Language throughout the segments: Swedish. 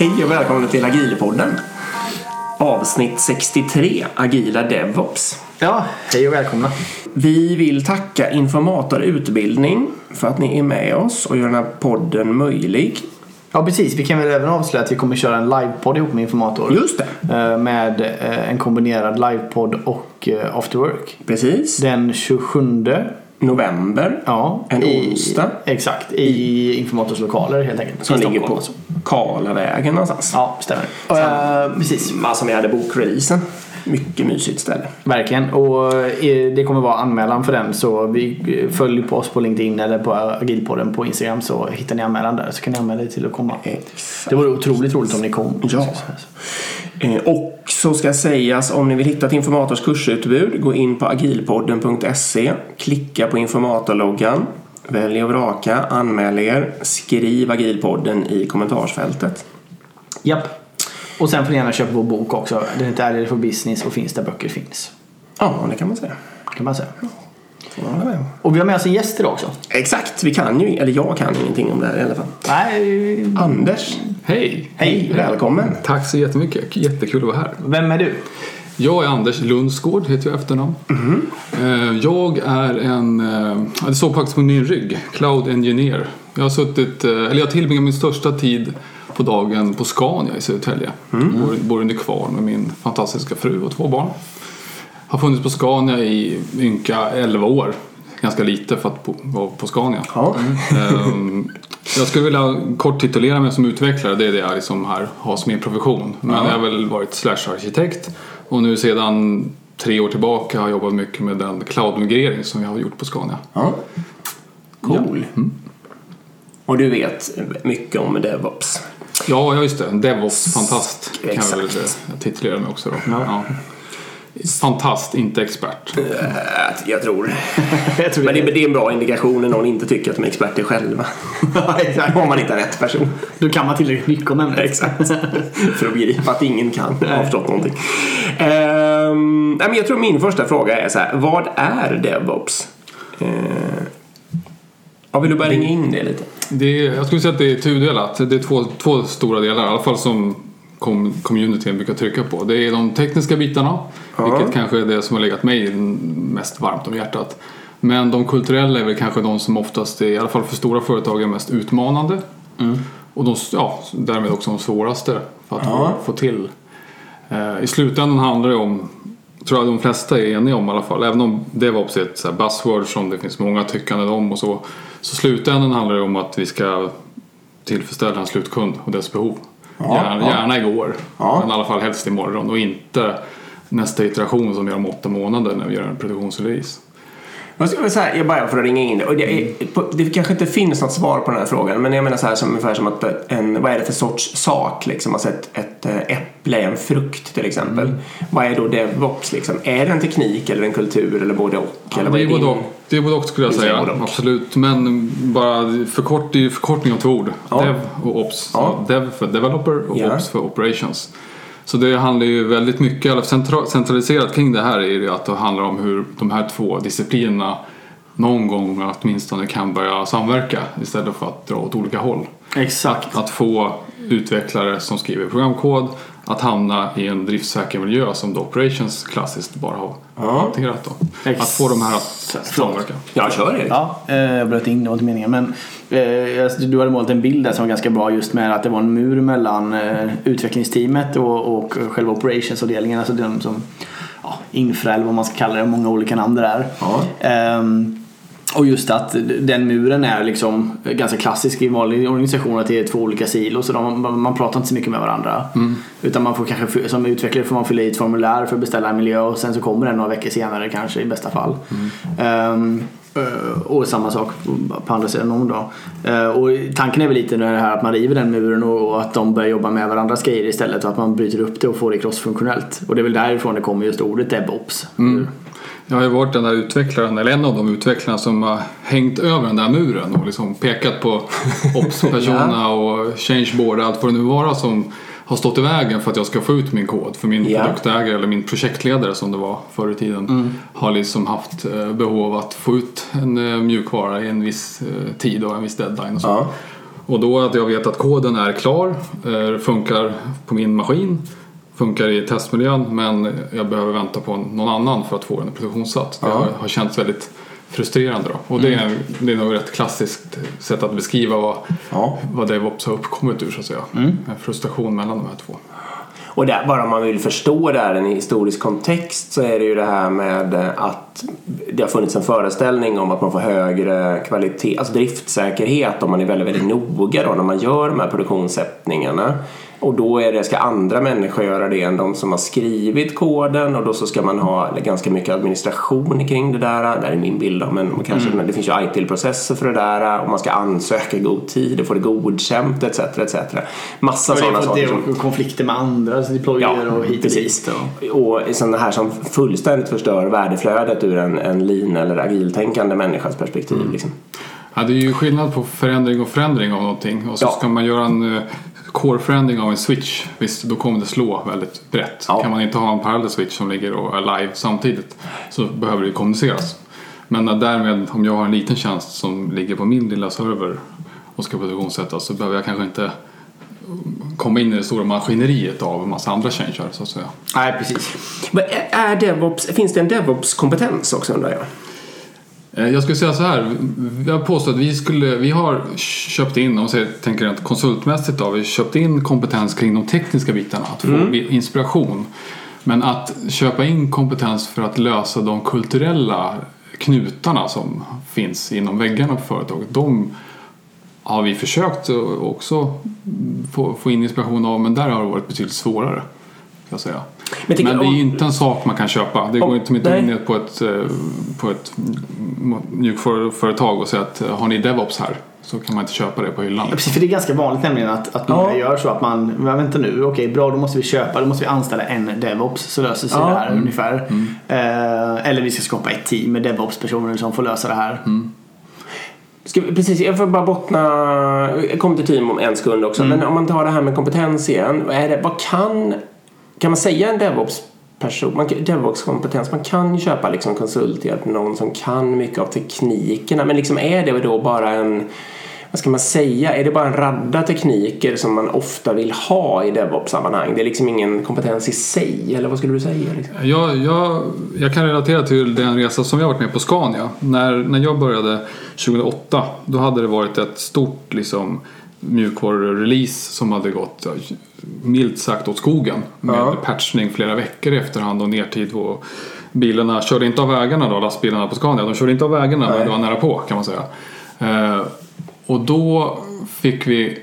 Hej och välkomna till Agilpodden. Avsnitt 63, Agila DevOps. Ja, hej och välkomna. Vi vill tacka Informator Utbildning för att ni är med oss och gör den här podden möjlig. Ja, precis. Vi kan väl även avslöja att vi kommer köra en livepodd ihop med Informator. Just det. Med en kombinerad livepodd och after work. Precis. Den 27 november. Ja, en onsdag. Exakt, i Informators lokaler helt enkelt. Som ligger på Karlavägen någonstans. Ja, stämmer. Precis. Som vi hade bokreleasen. Mycket mysigt ställe. Verkligen. Och det kommer vara anmälan för den. Så vi följer på oss på LinkedIn eller på Agilpodden på Instagram, så hittar ni anmälan där. Så kan ni anmäla er till att komma. Exakt. Det vore otroligt roligt om ni kom. Ja. Och så ska sägas, om ni vill hitta ett Informators kursutbud, gå in på agilpodden.se, klicka på informatorloggan, välj och vraka, anmäl er, skriv Agilpodden i kommentarsfältet. Japp. Och sen får ni gärna köpa vår bok också. Den heter Ärlig för business och finns där böcker finns. Ja, det kan man säga. Och vi har med oss en gäst idag också. Exakt, jag kan ingenting om det här i alla fall. Nej. Anders. Hej, välkommen. Tack så jättemycket, jättekul att vara här. Vem är du? Jag är Anders Lundsgård, heter jag efternamn. Jag är det såg faktiskt på min rygg, Cloud Engineer. Jag har tillbringat min största tid på dagen på Scania i Södertälje. Bor under kvarn med min fantastiska fru och 2 barn. Har funnits på Scania i ynka 11 år. Ganska lite för att vara på Scania. Ja. Jag skulle vilja kort titulera mig som utvecklare. Det är det jag liksom här har som min profession. Men jag har väl varit /arkitekt. Och nu sedan 3 år tillbaka har jag jobbat mycket med den cloud-migrering som vi har gjort på Scania. Ja. Cool. Ja. Och du vet mycket om DevOps. Ja, just det. En DevOps-fantast kan jag väl titulera mig också då. Ja. Fantast, inte expert. Jag tror. Men det är en bra indikation när någon inte tycker att de är experter själva. Exakt. Om man inte är rätt person. Då kan man tillräckligt mycket om ämnet. Exakt. För att begripa att ingen kan ha förstått någonting. Men jag tror min första fråga är så här: vad är DevOps? Vill du bara ringa in det lite? Jag skulle säga att det är tudelat. Det är två stora delar, i alla fall som communityn brukar trycka på. Det är de tekniska bitarna, vilket kanske är det som har legat mig mest varmt om hjärtat. Men de kulturella är väl kanske de som oftast är, i alla fall för stora företag, är mest utmanande. Och därmed också de svåraste för att få till. I slutändan handlar det om, tror jag de flesta är eniga om i alla fall, även om DevOps är ett så här buzzword som det finns många tyckande om och så slutändan handlar det om att vi ska tillfredsställa en slutkund och dess behov. Gärna igår, men i alla fall helst imorgon, och inte nästa iteration som gör om 8 månader när vi gör en produktionsrelease. Jag bara för att ringa in det. Det kanske inte finns något svar på den här frågan, men jag menar så här, ungefär som att vad är det för sorts sak liksom? Alltså ett äpple är en frukt till exempel. Vad är då DevOps liksom? Är det en teknik eller en kultur eller både och? Ja, eller det är både och skulle jag säga, absolut. Men bara förkortning av 2 ord. Dev och Ops. Dev för developer och Ops för operations. Så det handlar ju väldigt mycket, eller centraliserat kring det här är det att det handlar om hur de här 2 disciplinerna någon gång åtminstone kan börja samverka istället för att dra åt olika håll. Exakt. Att få utvecklare som skriver programkod att hamna i en driftsäker miljö som då operations klassiskt bara har hanterat då. Att få de här att samverka. Jag kör det. Ja, jag bröt in, det var inte meningen. Men du hade målat en bild där som var ganska bra, just med att det var en mur mellan utvecklingsteamet och själva operationsavdelningen. Alltså de som infra, eller vad man ska kalla det, många olika namn där. Och just att den muren är liksom ganska klassisk i vanlig organisation, att det är 2 olika silos, så man pratar inte så mycket med varandra. Utan man får kanske, som utvecklare får man fylla i ett formulär för att beställa en miljö, och sen så kommer den några veckor senare kanske i bästa fall. Och samma sak på andra sidan om då. Och tanken är väl lite det här att man river den muren och att de börjar jobba med varandras grejer istället, och att man bryter upp det och får det crossfunktionellt. Och det är väl därifrån det kommer just ordet DevOps. Jag har ju varit den där utvecklaren, eller en av de utvecklarna som har hängt över den där muren och liksom pekat på ops-personerna och changeboard och allt vad det nu vara som har stått i vägen för att jag ska få ut min kod. För min produktägare eller min projektledare som det var förr i tiden har liksom haft behov av att få ut en mjukvara i en viss tid och en viss deadline och så. Och då att jag vet att koden är klar, funkar på min maskin, funkar i testmiljön, men jag behöver vänta på någon annan för att få den produktionssatt. Det har känts väldigt frustrerande då. Och det är nog ett klassiskt sätt att beskriva vad DevOps har uppkommit ur, så att säga. En frustration mellan de här två. Och där, bara om man vill förstå det här i en historisk kontext, så är det ju det här med att det har funnits en föreställning om att man får högre kvalitet, alltså driftsäkerhet, om man är väldigt, väldigt noga då när man gör de här produktionssättningarna. Och då ska andra människor göra det än de som har skrivit koden, och då så ska man ha ganska mycket administration kring det där. Det är min bild, men det finns ju ITIL-processer för det där, och man ska ansöka i god tid och få det godkänt etc. Massa sådana saker. Det är konflikter med andra, alltså deployer och hit och dit. Och sådana här som fullständigt förstör värdeflödet ur en lean eller agiltänkande människas perspektiv. Liksom. Ja, det är ju skillnad på förändring och förändring av någonting. Och så ska man göra en core-förändring av en switch, visst, då kommer det slå väldigt brett. Kan man inte ha en parallell switch som ligger och är live samtidigt, så behöver det kommuniceras. Men därmed, om jag har en liten tjänst som ligger på min lilla server och ska produktionssättas, så behöver jag kanske inte komma in i det stora maskineriet av en massa andra tjänster, så att säga. Nej, precis. Men finns det en DevOps-kompetens också, undrar jag? Jag skulle säga så här, jag påstår att vi har köpt in, om jag tänker rent konsultmässigt då, vi köpt in kompetens kring de tekniska bitarna, att få inspiration. Men att köpa in kompetens för att lösa de kulturella knutarna som finns inom väggarna på företaget, de har vi försökt också få in inspiration av, men där har det varit betydligt svårare, ska jag säga. Men det är ju inte en sak man kan köpa. Det går inte in på ett mjukföretag och säga att har ni DevOps här, så kan man inte köpa det på hyllan. Ja, precis, för det är ganska vanligt nämligen att många gör så att man vänta nu, okej, bra, då måste vi anställa en DevOps, så löser sig det här ungefär. Eller vi ska skapa ett team med DevOps-personer som får lösa det här. Precis, jag får bara bottna. Jag kommer till team om en sekund också. Men om man tar det här med kompetens igen, vad kan man säga en DevOps-person? DevOps-kompetens, man kan ju köpa liksom konsulthjälp, någon som kan mycket av teknikerna. Men liksom är det då bara vad ska man säga? Är det bara en radda tekniker som man ofta vill ha i DevOps-sammanhang? Det är liksom ingen kompetens i sig, eller vad skulle du säga? Liksom? Jag kan relatera till den resa som jag varit med på Scania. När jag började 2008, då hade det varit ett stort liksom mjukvaru-release som hade gått milt sagt åt skogen med patchning flera veckor i efterhand och nertid, och bilarna körde inte av vägarna då, lastbilarna på Scania, de körde inte av vägarna, men det var nära på, kan man säga. Och då fick vi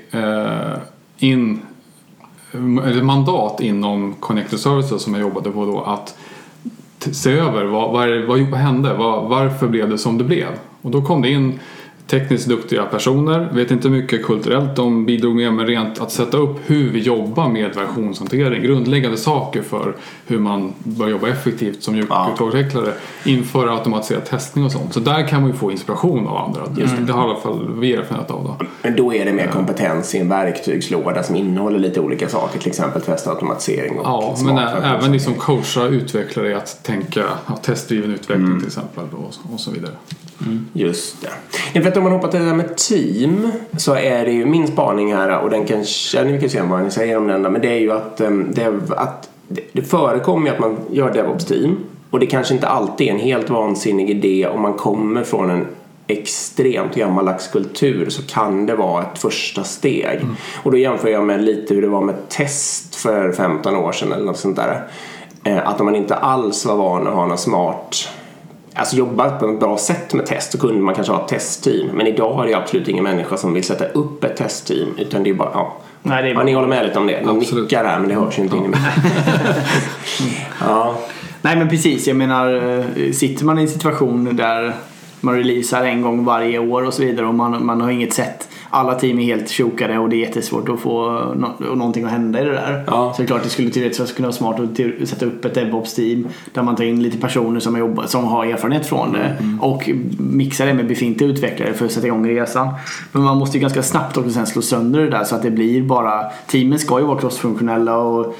in ett mandat inom Connected Services som jag jobbade på då, att se över vad hände, varför blev det som det blev. Och då kom det in tekniskt duktiga personer, vet inte mycket kulturellt, de bidrog med rent att sätta upp hur vi jobbar med versionshantering, grundläggande saker för hur man bör jobba effektivt som mjukvaruutvecklare, införa automatiserad testning och sånt. Så där kan man ju få inspiration av andra. Det har i alla fall vi erfarenhet av då. Men då är det mer kompetens i en verktygslåda som innehåller lite olika saker, till exempel testautomatisering och men även liksom coacha utvecklare att tänka testdriven utveckling till exempel och så vidare. Just det. För att om man hoppar till det där med team, så är det ju min spaning här, och den kanske, ni kan se vad ni säger om den där, men det är ju att det förekommer att man gör DevOps-team, och det kanske inte alltid är en helt vansinnig idé om man kommer från en extremt gammaldags kultur, så kan det vara ett första steg. Och då jämför jag med lite hur det var med test för 15 år sedan eller något sånt där. Att om man inte alls var van att ha något smart, alltså jobba på ett bra sätt med test, så kunde man kanske ha ett testteam. Men idag har det absolut ingen människa som vill sätta upp ett testteam, utan det är bara ni håller med lite om det. De nickar här, men det hörs ju inte in. Nej, men precis, jag menar, sitter man i en situation där man releasar en gång varje år och så vidare, och man har inget sätt, alla team är helt chokade och det är jättesvårt att få någonting att hända i det där. Så det är klart, det skulle teoretiskt kunna vara smart att sätta upp ett DevOps-team där man tar in lite personer som har erfarenhet från det och mixa det med befintliga utvecklare för att sätta igång resan. Men man måste ju ganska snabbt också sen slå sönder det där, så att det blir bara, teamen ska ju vara crossfunktionella, och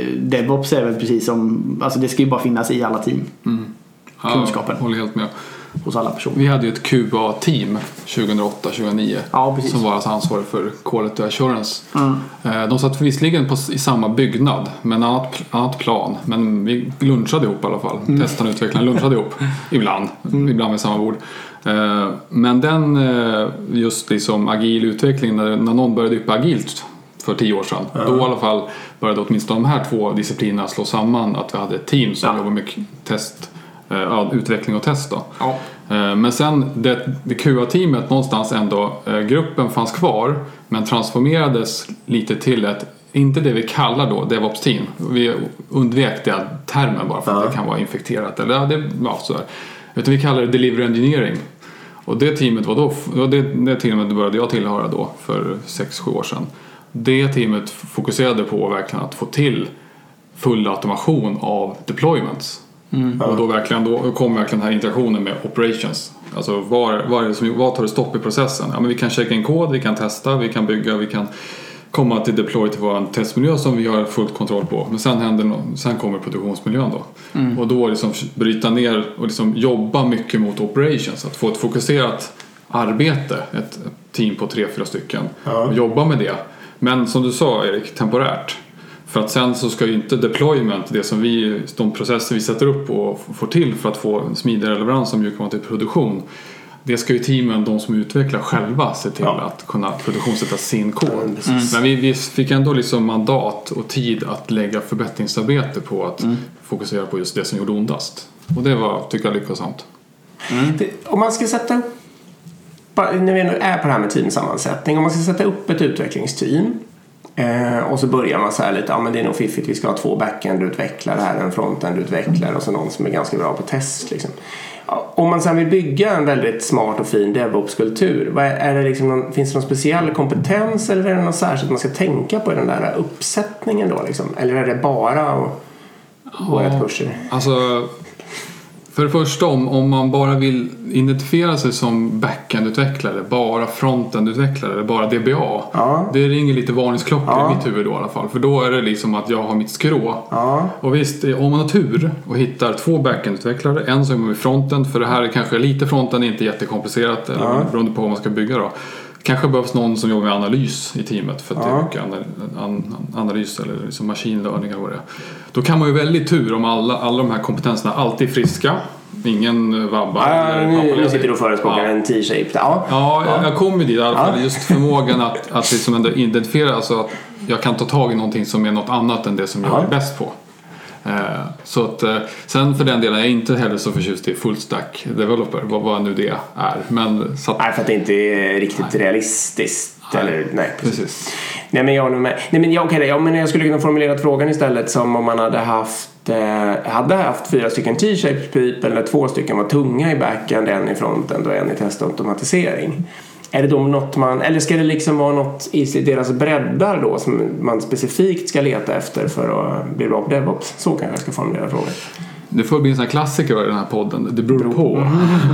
DevOps är väl precis som, alltså det ska ju bara finnas i alla team. Kunskapen. Håller helt med. hos alla personer. Vi hade ju ett QA-team 2008-2009 som var alltså ansvarig för Quality Assurance. De satt visserligen i samma byggnad men annat plan, men vi lunchade ihop i alla fall. Testarna och utvecklarna lunchade ihop ibland med samma bord. Men den just liksom agil utveckling när någon började yppa agilt för 10 år sedan, då i alla fall började åtminstone de här 2 disciplinerna slå samman, att vi hade ett team som jobbar med utveckling och test då. Men sen det QA-teamet någonstans ändå, gruppen fanns kvar men transformerades lite till inte det vi kallar då DevOps-team. Vi undvek den termen bara för att det kan vara infekterat eller sådär. Utan vi kallar det Delivery Engineering. Och det teamet var det teamet började jag tillhöra då för 6-7 år sedan. Det teamet fokuserade på verkligen att få till full automation av deployments. Och då kom verkligen den här interaktionen med operations. Alltså vad tar det stopp i processen? Ja, men vi kan checka in kod, vi kan testa, vi kan bygga, vi kan komma till deploy till vår testmiljö som vi har fullt kontroll på. Men sen kommer produktionsmiljön då. Och då liksom bryta ner och liksom jobba mycket mot operations. Att få ett fokuserat arbete, ett team på 3-4 stycken. Och jobba med det. Men som du sa Erik, temporärt. För att sen så ska ju inte deployment, de processer vi sätter upp och får till för att få en smidigare leverans som ju kommer till produktion. Det ska ju teamen, de som utvecklar själva, se till att kunna produktionssätta sin kod. Men vi fick ändå liksom mandat och tid att lägga förbättringsarbete på att fokusera på just det som gjorde ondast. Och det tycker jag, lyckosamt. Om man ska sätta upp, när vi nu är på det här med teamsammansättning, om man ska sätta upp ett utvecklingsteam och så börjar man så här lite, men det är nog fiffigt, vi ska ha 2 backend-utvecklare här, en front-end-utvecklare och så någon som är ganska bra på test liksom. Om man sen vill bygga en väldigt smart och fin DevOps-kultur, finns det någon speciell kompetens eller är det något särskilt man ska tänka på i den där uppsättningen då liksom? Eller är det bara att gå rätt kurser? Alltså, för det första, om man bara vill identifiera sig som backend-utvecklare, bara front-end-utvecklare, bara DBA, det ringer lite varningsklockor i mitt huvud då i alla fall. För då är det liksom att jag har mitt skrå. Och visst, om man har tur och hittar 2 backend-utvecklare, en som är frontend, för det här är kanske lite frontend, inte jättekomplicerat, eller beroende på vad man ska bygga då. Kanske behövs någon som jobbar med analys i teamet för att det är mycket analys eller liksom machine learning eller vad det är. Då kan man ju väldigt tur om alla de här kompetenserna alltid är friska. Ingen vabbar. Nu sitter du och förespråkar en T-shaped. Jag kommer dit i alla fall. Just förmågan att liksom ändå identifiera, alltså att jag kan ta tag i någonting som är något annat än det som jag är bäst på. Så att, sen för den delen är jag inte heller så förtjust i full stack developer, vad nu det är. Men, så att, nej, för att det inte är riktigt realistiskt. Nej, precis. Nej, men jag skulle kunna formulera frågan istället som om man hade haft 4 stycken T-shaped people eller 2 stycken var tunga i backend, en i frontend och en i testautomatisering. Är det då något eller ska det liksom vara något i deras breddar då som man specifikt ska leta efter för att bli bra på DevOps? Så kanske jag ska formulera frågan. Det får bli en sån här klassiker i den här podden. Det beror på.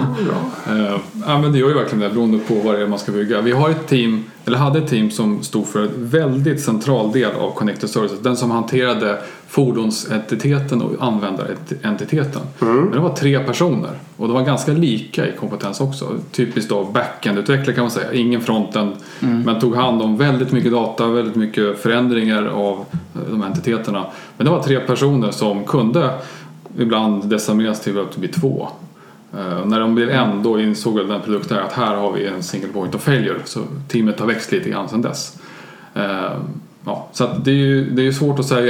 Men det gör ju verkligen det, beroende på vad det är man ska bygga. Vi har hade ett team som stod för en väldigt central del av Connected Services. Den som hanterade fordonsentiteten och användarentiteten. Men det var 3 personer. Och de var ganska lika i kompetens också. Typiskt då backend-utvecklare kan man säga. Ingen frontend. Men tog hand om väldigt mycket data, väldigt mycket förändringar av de entiteterna. Men det var 3 personer som kunde ibland decimeras till att bli 2. När de blev en, då insåg den produkten att här har vi en single point of failure. Så teamet har växt lite grann sedan dess. Så att det är ju svårt att säga.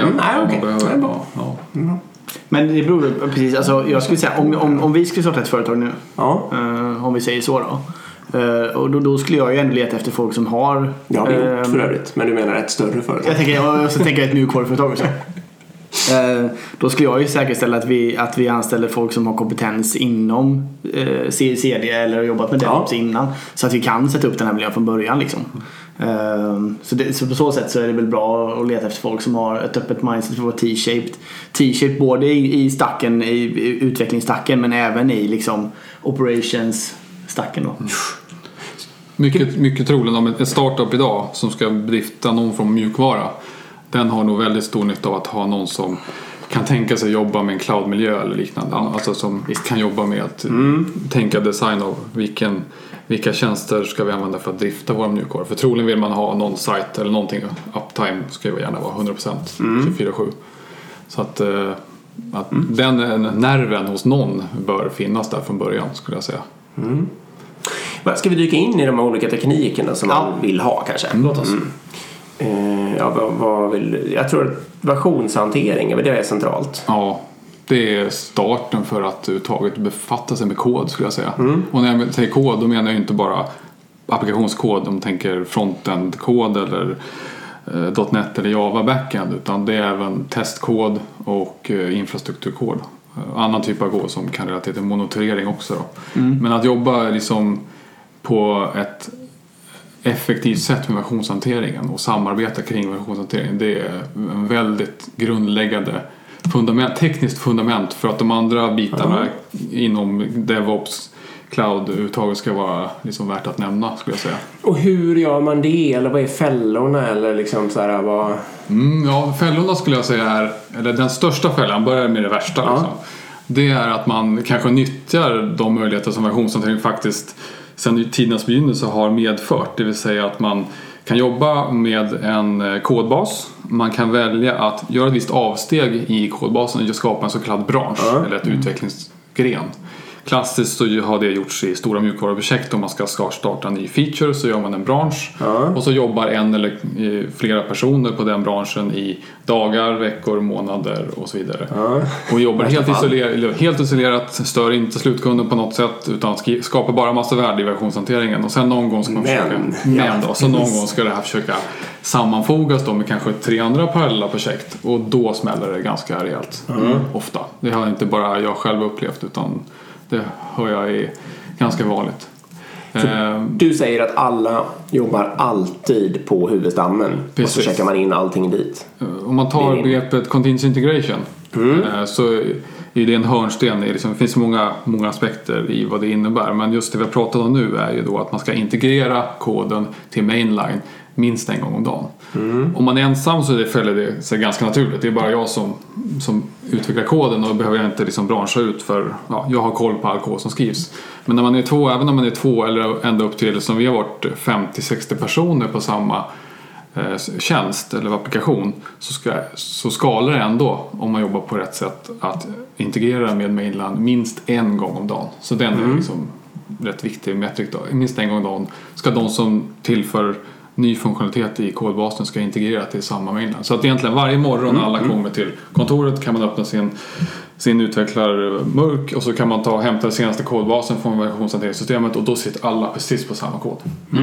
Men det beror precis, alltså, jag skulle säga om vi skulle starta ett företag nu, om vi säger så då. Och då skulle jag ju ändå leta efter folk som har... Ja, det är gjort för övrigt. Men du menar ett större företag? Jag tänker ett mjukvaruföretag också. Då skulle jag ju säkerställa att vi anställer folk som har kompetens inom CD eller har jobbat med DevOps innan, så att vi kan sätta upp den här miljön från början liksom. Så på så sätt så är det väl bra att leta efter folk som har ett öppet mindset för att vara T-shaped både i stacken, i utvecklingsstacken, men även i liksom operations-stacken då. Mycket troligen om ett startup idag som ska drifta någon från mjukvara, den har nog väldigt stor nytta av att ha någon som kan tänka sig jobba med en cloud-miljö eller liknande. Alltså som kan jobba med att tänka design av vilka tjänster ska vi använda för att drifta våra mjukvaror. För troligen vill man ha någon site eller någonting. Uptime ska ju gärna vara 100%, 24/7. Så att den nerven hos någon bör finnas där från början, skulle jag säga. Ska vi dyka in i de olika teknikerna som man vill ha kanske? Låt oss. Jag tror att versionshantering det är centralt. Ja, det är starten för att överhuvudtaget befatta sig med kod, skulle jag säga. Och när jag säger kod, då menar jag inte bara applikationskod, om tänker frontend-kod eller .NET eller Java backend, utan det är även testkod och infrastrukturkod. Annan typ av kod som kan relatera till monitorering också då. Men att jobba liksom på ett effektivt sätt med versionshanteringen och samarbeta kring versionshanteringen, det är en väldigt grundläggande tekniskt fundament för att de andra bitarna inom DevOps cloud överhuvudtaget ska vara liksom värt att nämna, skulle jag säga. Och hur gör man det? Eller vad är fällorna? Eller liksom så här, vad... Fällorna skulle jag säga eller den största fällan, börjar med det värsta liksom. Det är att man kanske nyttjar de möjligheter som versionshantering faktiskt sedan tidernas begynnelse har medfört. Det vill säga att man kan jobba med en kodbas. Man kan välja att göra ett visst avsteg i kodbasen och skapa en så kallad bransch eller ett utvecklingsgren. Klassiskt så har det gjorts i stora mjukvaruprojekt. Om man ska starta en ny feature så gör man en bransch. Och så jobbar en eller flera personer på den branschen i dagar, veckor, månader och så vidare. Och jobbar helt isolerat, stör inte slutkunden på något sätt, utan skapar bara massa värde i versionshanteringen. Och sen någon gång ska man någon gång ska det här försöka sammanfogas då med kanske 3 andra parallella projekt. Och då smäller det ganska rejält. Ofta. Det har inte bara jag själv upplevt, utan det hör jag är ganska vanligt. Du säger att alla jobbar alltid på huvudstammen. Precis. Och så checkar man in allting dit. Om man tar begreppet continuous integration så är det en hörnsten. Det finns många aspekter i vad det innebär. Men just det vi har pratat om nu är ju då att man ska integrera koden till mainline minst en gång om dagen. Om man är ensam så följer det sig ganska naturligt. Det är bara jag som utvecklar koden och behöver jag inte branscha ut för jag har koll på all kod som skrivs. Men när man är två, även om man är 2 eller ända upp till som vi har varit 50-60 personer på samma tjänst eller applikation, så skalar det ändå om man jobbar på rätt sätt att integrera med mainland minst en gång om dagen. Så den är rätt viktig metrik då. Minst en gång om dagen ska de som tillför ny funktionalitet i kodbasen ska integrera till samma mainland. Så att egentligen varje morgon när alla kommer till kontoret kan man öppna sin utvecklarmurk och så kan man hämta den senaste kodbasen från versionshanteringssystemet och då sitter alla precis på samma kod.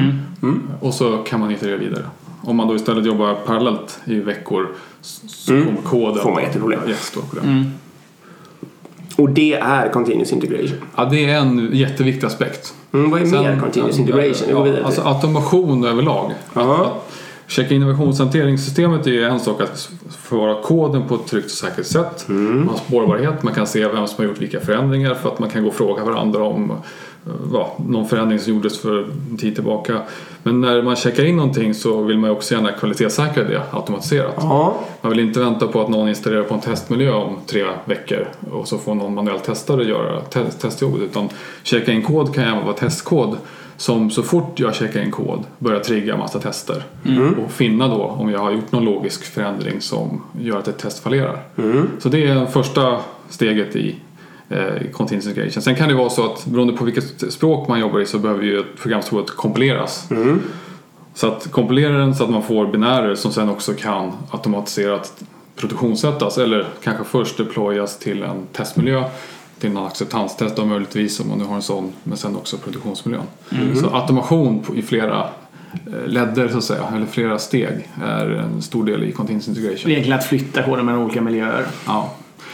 Och så kan man integrera vidare. Om man då istället jobbar parallellt i veckor så kommer koden får man jätteproblem. Jättestora. Och det är continuous integration. Ja, det är en jätteviktig aspekt. Vad är mer continuous integration? Alltså automation överlag. Checka innovationshanteringssystemet är en sak att förvara koden på ett tryggt och säkert sätt. Man har spårbarhet, man kan se vem som har gjort vilka förändringar för att man kan gå och fråga varandra om någon förändring som gjordes för en tid tillbaka. Men när man checkar in någonting så vill man också gärna kvalitetssäkra det automatiserat. Man vill inte vänta på att någon installerar på en testmiljö om 3 veckor och så får någon manuell testare göra testjobbet, utan checka in kod kan även vara testkod som så fort jag checkar in kod börjar trigga massa tester och finna då om jag har gjort någon logisk förändring som gör att ett test fallerar. Så det är första steget i continuous integration. Sen kan det vara så att beroende på vilket språk man jobbar i så behöver ju ett programspråk kompileras. Så att kompilera den så att man får binärer som sen också kan automatiserat produktionssättas eller kanske först deployas till en testmiljö, till en acceptanstest då möjligtvis om man nu har en sån, men sen också produktionsmiljön. Så automation i flera ledder så att säga, eller flera steg är en stor del i continuous integration. Egentligen att flytta koden mellan olika miljöer. Ja.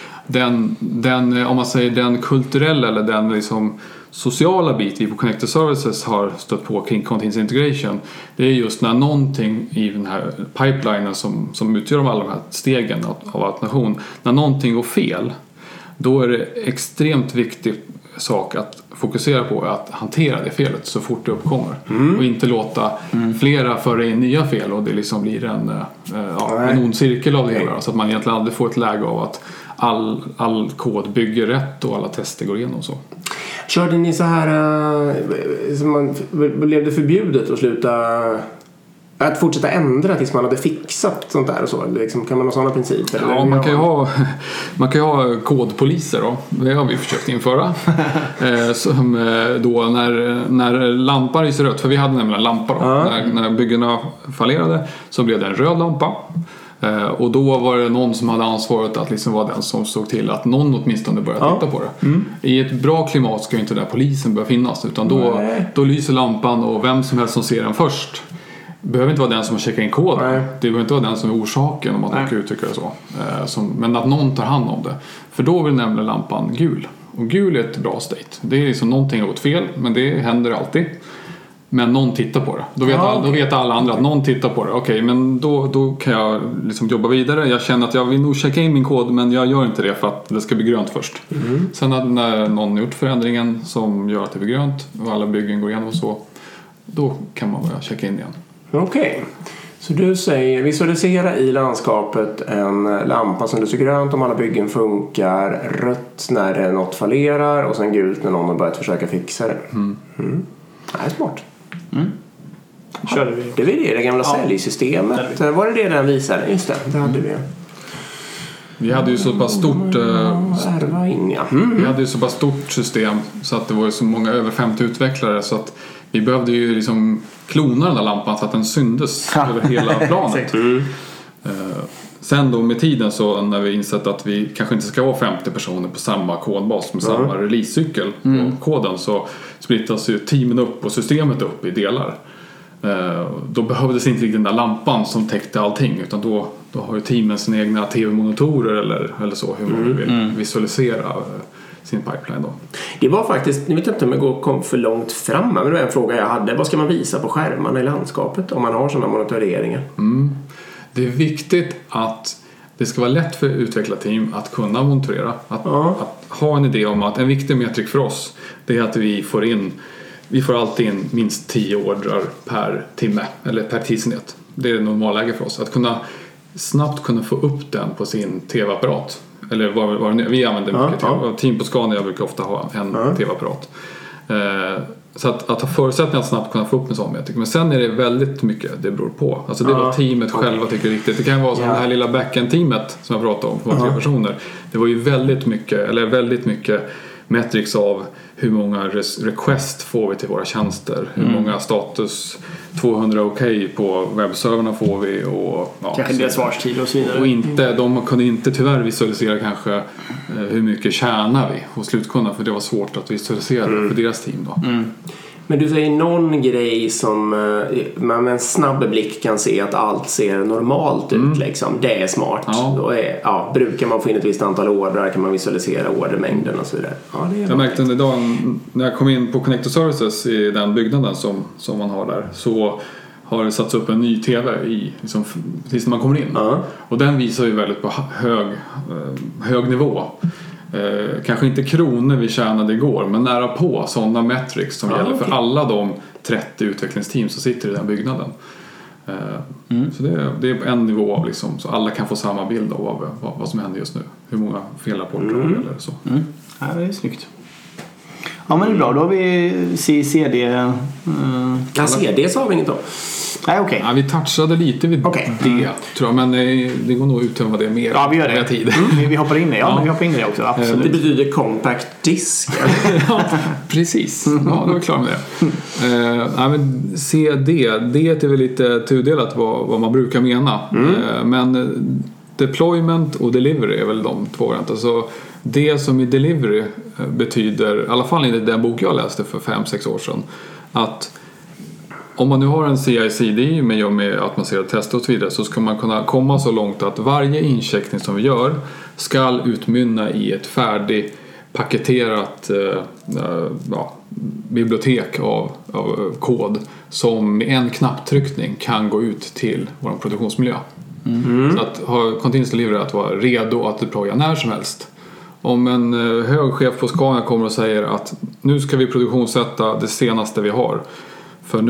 Den om man säger den kulturella eller den sociala bit vi på Connected Services har stött på kring continuous integration, det är just när någonting i den här pipelinen som utgör alla de här stegen av automation, när någonting går fel, då är det extremt viktigt sak att fokusera på är att hantera det felet så fort det uppkommer. Och inte låta flera föra in nya fel och det liksom blir en ond cirkel av det hela. Så att man egentligen aldrig får ett läge av att all kod bygger rätt och alla tester går igenom så. Körde ni så här blev det förbjudet att fortsätta ändra tills man hade fixat sånt där och så? Liksom, kan man ha sådana principer? Ja, man kan ju ha kodpoliser då. Det har vi försökt införa. Som då när lampan lyser rött, för vi hade nämligen en lampa då. När byggena fallerade så blev det en röd lampa. Och då var det någon som hade ansvaret att liksom vara den som såg till att någon åtminstone började titta på det. I ett bra klimat ska ju inte den polisen börja finnas, utan då lyser lampan och vem som helst som ser den först behöver inte vara den som checkar in koden. Det behöver inte vara den som är orsaken, om man kan uttrycka det så. Men att någon tar hand om det. För då blir nämligen lampan gul. Och gul är ett bra state. Det är liksom någonting har gått fel, men det händer alltid. Men någon tittar på det. Då vet alla andra att någon tittar på det. Okej, men då kan jag liksom jobba vidare. Jag känner att jag vill nog checka in min kod, men jag gör inte det för att det ska bli grönt först. Sen när någon gjort förändringen som gör att det blir grönt och alla byggen går igenom och så, då kan man börja checka in igen. Okej. Så du säger visualisera i landskapet en lampa som lyser grönt om alla byggen funkar, rött när något fallerar och sen gult när någon har börjat försöka fixa det. Det är smart. Körde vi. Det var det gamla säljsystemet. Var det den visade? Just det hade vi. Vi hade ju så pass stort Vi hade ju så pass stort system så att det var ju så många över 50 utvecklare, så att vi behövde ju liksom klona den där lampan så att den syndes över hela planet. Sen då med tiden så när vi insett att vi kanske inte ska vara 50 personer på samma kodbas med samma releasecykel på koden, så splittas ju teamen upp och systemet upp i delar. Då behövdes inte riktigt den där lampan som täckte allting, utan då har ju teamen sina egna tv-monitorer eller så, hur man vill visualisera sin pipeline då. Det var faktiskt, jag vet inte om jag kom för långt fram, men det var en fråga jag hade. Vad ska man visa på skärmarna i landskapet om man har sådana monitoreringar? Det är viktigt att det ska vara lätt för utvecklarteam att kunna monitorera. Att ha en idé om att en viktig metrik för oss, det är att vi får alltid in minst 10 ordrar per timme eller per tidsenhet. Det är normalläge för oss. Att snabbt kunna få upp den på sin tv-apparat. Eller vad det är. Vi använder mycket tv. Team på Scania brukar ofta ha en tv-apparat. Så att ha förutsättningar att snabbt kunna få upp en sån metrik. Men sen är det väldigt mycket det beror på. Alltså det var teamet själva tycker är riktigt. Det kan vara som det här lilla backend-teamet som jag pratade om på 3 personer. Det var ju väldigt mycket metrics av hur många request får vi till våra tjänster, hur många status 200 okej på webbserverna får vi, och kanske deras svarstid och så vidare. Och de kunde inte tyvärr visualisera kanske hur mycket tjänar vi hos slutkunden, för det var svårt att visualisera för deras team då. Men du säger någon grej som man med en snabb blick kan se att allt ser normalt ut liksom. Det är smart. Då brukar man få in ett visst antal ordrar, kan man visualisera ordermängden och så vidare. Jag märkte idag när jag kom in på Connector Services i den byggnaden som man har där, så har det satts upp en ny tv precis när man kommer in. Och den visar ju väldigt på hög nivå. Kanske inte kronor vi tjänade igår, men nära på sådana metrics som gäller för alla de 30 utvecklingsteam som sitter i den byggnaden. Så det är på en nivå av liksom, så alla kan få samma bild av vad som händer just nu. Hur många felrapporter eller så. Ja, det är snyggt. Ja, men det är bra. Då har vi CD. CD sa vi inget om. Nej, okej. Ja, vi touchade lite vid det, tror jag. Men det går nog ut över det mer. Ja, vi gör det. Tid. Vi hoppar in i det. Men vi hoppar in i det också. Absolut. Det betyder compact disk. Ja, precis. Ja, då är vi klara med det. Men CD, det är väl lite tudelat vad man brukar mena. Men deployment och delivery är väl de två varianterna. Så det som i delivery betyder, i alla fall i den bok jag läste för 5-6 år sedan, att om man nu har en CI/CD med automatiserade tester och så vidare, så ska man kunna komma så långt att varje incheckning som vi gör ska utmynna i ett färdigpaketerat bibliotek av kod som med en knapptryckning kan gå ut till vår produktionsmiljö. Så att ha continuous delivery, att vara redo att deploya när som helst. Om en hög chef på Scania kommer och säger att nu ska vi produktionssätta det senaste vi har. För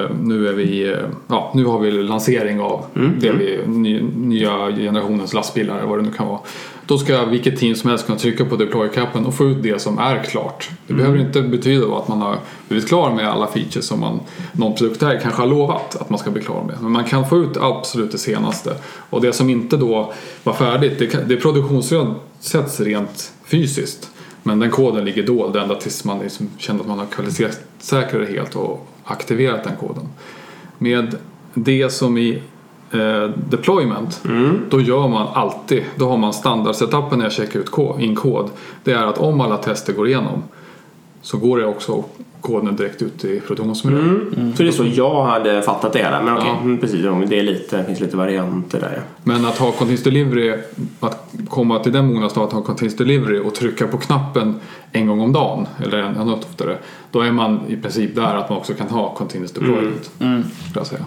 nu har vi lansering av nya generationens lastbilar eller vad det nu kan vara. Då ska vilket team som helst kunna trycka på deploy-knappen och få ut det som är klart. Det behöver inte betyda att man har blivit klar med alla features som någon produktär kanske har lovat att man ska bli klar med. Men man kan få ut absolut det senaste. Och det som inte då var färdigt, det produktionssätts rent fysiskt. Men den koden ligger dold ända tills man liksom känner att man har kvalitetssäkrat det helt och aktiverat den koden. Med det som i deployment, då gör man alltid, då har man standardsetupen när jag checkar ut in kod. Det är att om alla tester går igenom så går det också koden direkt ut i produktionsmiljön. Så det är så jag hade fattat det här. Men okej, precis, det finns lite varianter där. Ja. Men att ha continuous delivery, att komma till den mognaden att ha continuous delivery och trycka på knappen en gång om dagen eller något oftare, då är man i princip där att man också kan ha continuous deployment, skulle jag säga.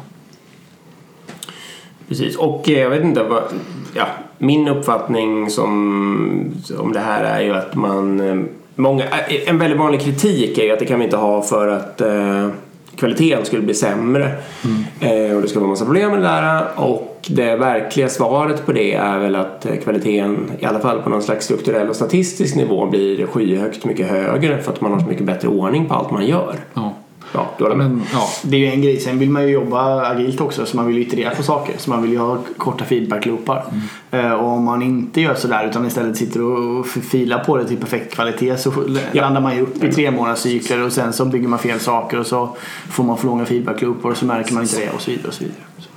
Precis, och jag vet inte vad, min uppfattning om det här är ju att en väldigt vanlig kritik är ju att det kan vi inte ha för att kvaliteten skulle bli sämre och det ska vara en massa problem med det där, och det verkliga svaret på det är väl att kvaliteten i alla fall på någon slags strukturell och statistisk nivå blir skyhögt mycket högre för att man har så mycket bättre ordning på allt man gör. Det är ju en grej. Sen vill man ju jobba agilt också, så man vill iterera på saker, så man vill ju ha korta feedback-loopar. Och om man inte gör sådär utan istället sitter och filar på det till perfekt kvalitet, så landar man ju upp i 3 månaders cykler och sen så bygger man fel saker och så får man för långa feedback-loopar och så märker man inte det och så vidare och så vidare.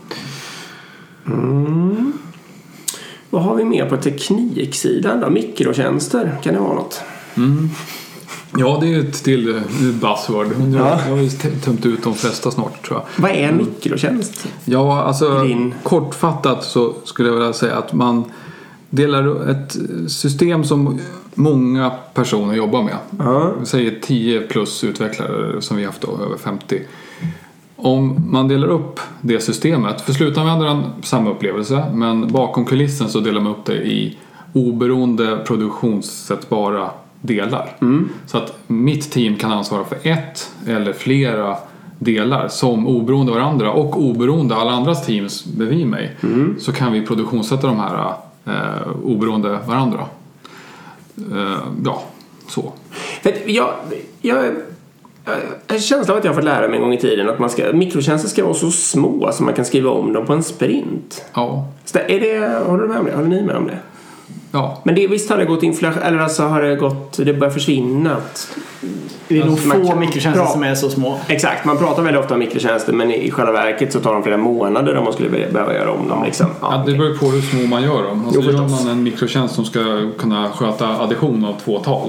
Vad har vi mer på tekniksidan då? Mikrotjänster, kan det vara något? Ja, det är ett till buzzword. Jag har ju tömt ut de flesta snart, tror jag. Vad är en mikrotjänst? Ja, alltså kortfattat så skulle jag vilja säga att man delar ett system som många personer jobbar med. Vi säger 10 plus utvecklare som vi har haft då, över 50. Om man delar upp det systemet, för slutanvändaren samma upplevelse, men bakom kulissen så delar man upp det i oberoende produktionssättbara delar. Så att mitt team kan ansvara för ett eller flera delar som oberoende varandra och oberoende alla andras teams bredvid mig, så kan vi produktionssätta de här oberoende varandra. Så. Jag har känslan av att jag har fått lära mig en gång i tiden att mikrotjänster ska vara så små så man kan skriva om dem på en sprint. Ja. Så håller du med om det? Håller ni med om det? Ja. Men visst har det gått inflation, eller alltså har det börjat försvinna. Det är nog få mikrotjänster som är så små. Exakt, man pratar väldigt ofta om mikrotjänster, men i själva verket så tar de flera månader om man skulle behöva göra om dem. Liksom. Det beror på hur små man gör dem. Alltså gör man en mikrotjänst som ska kunna sköta addition av 2 tal.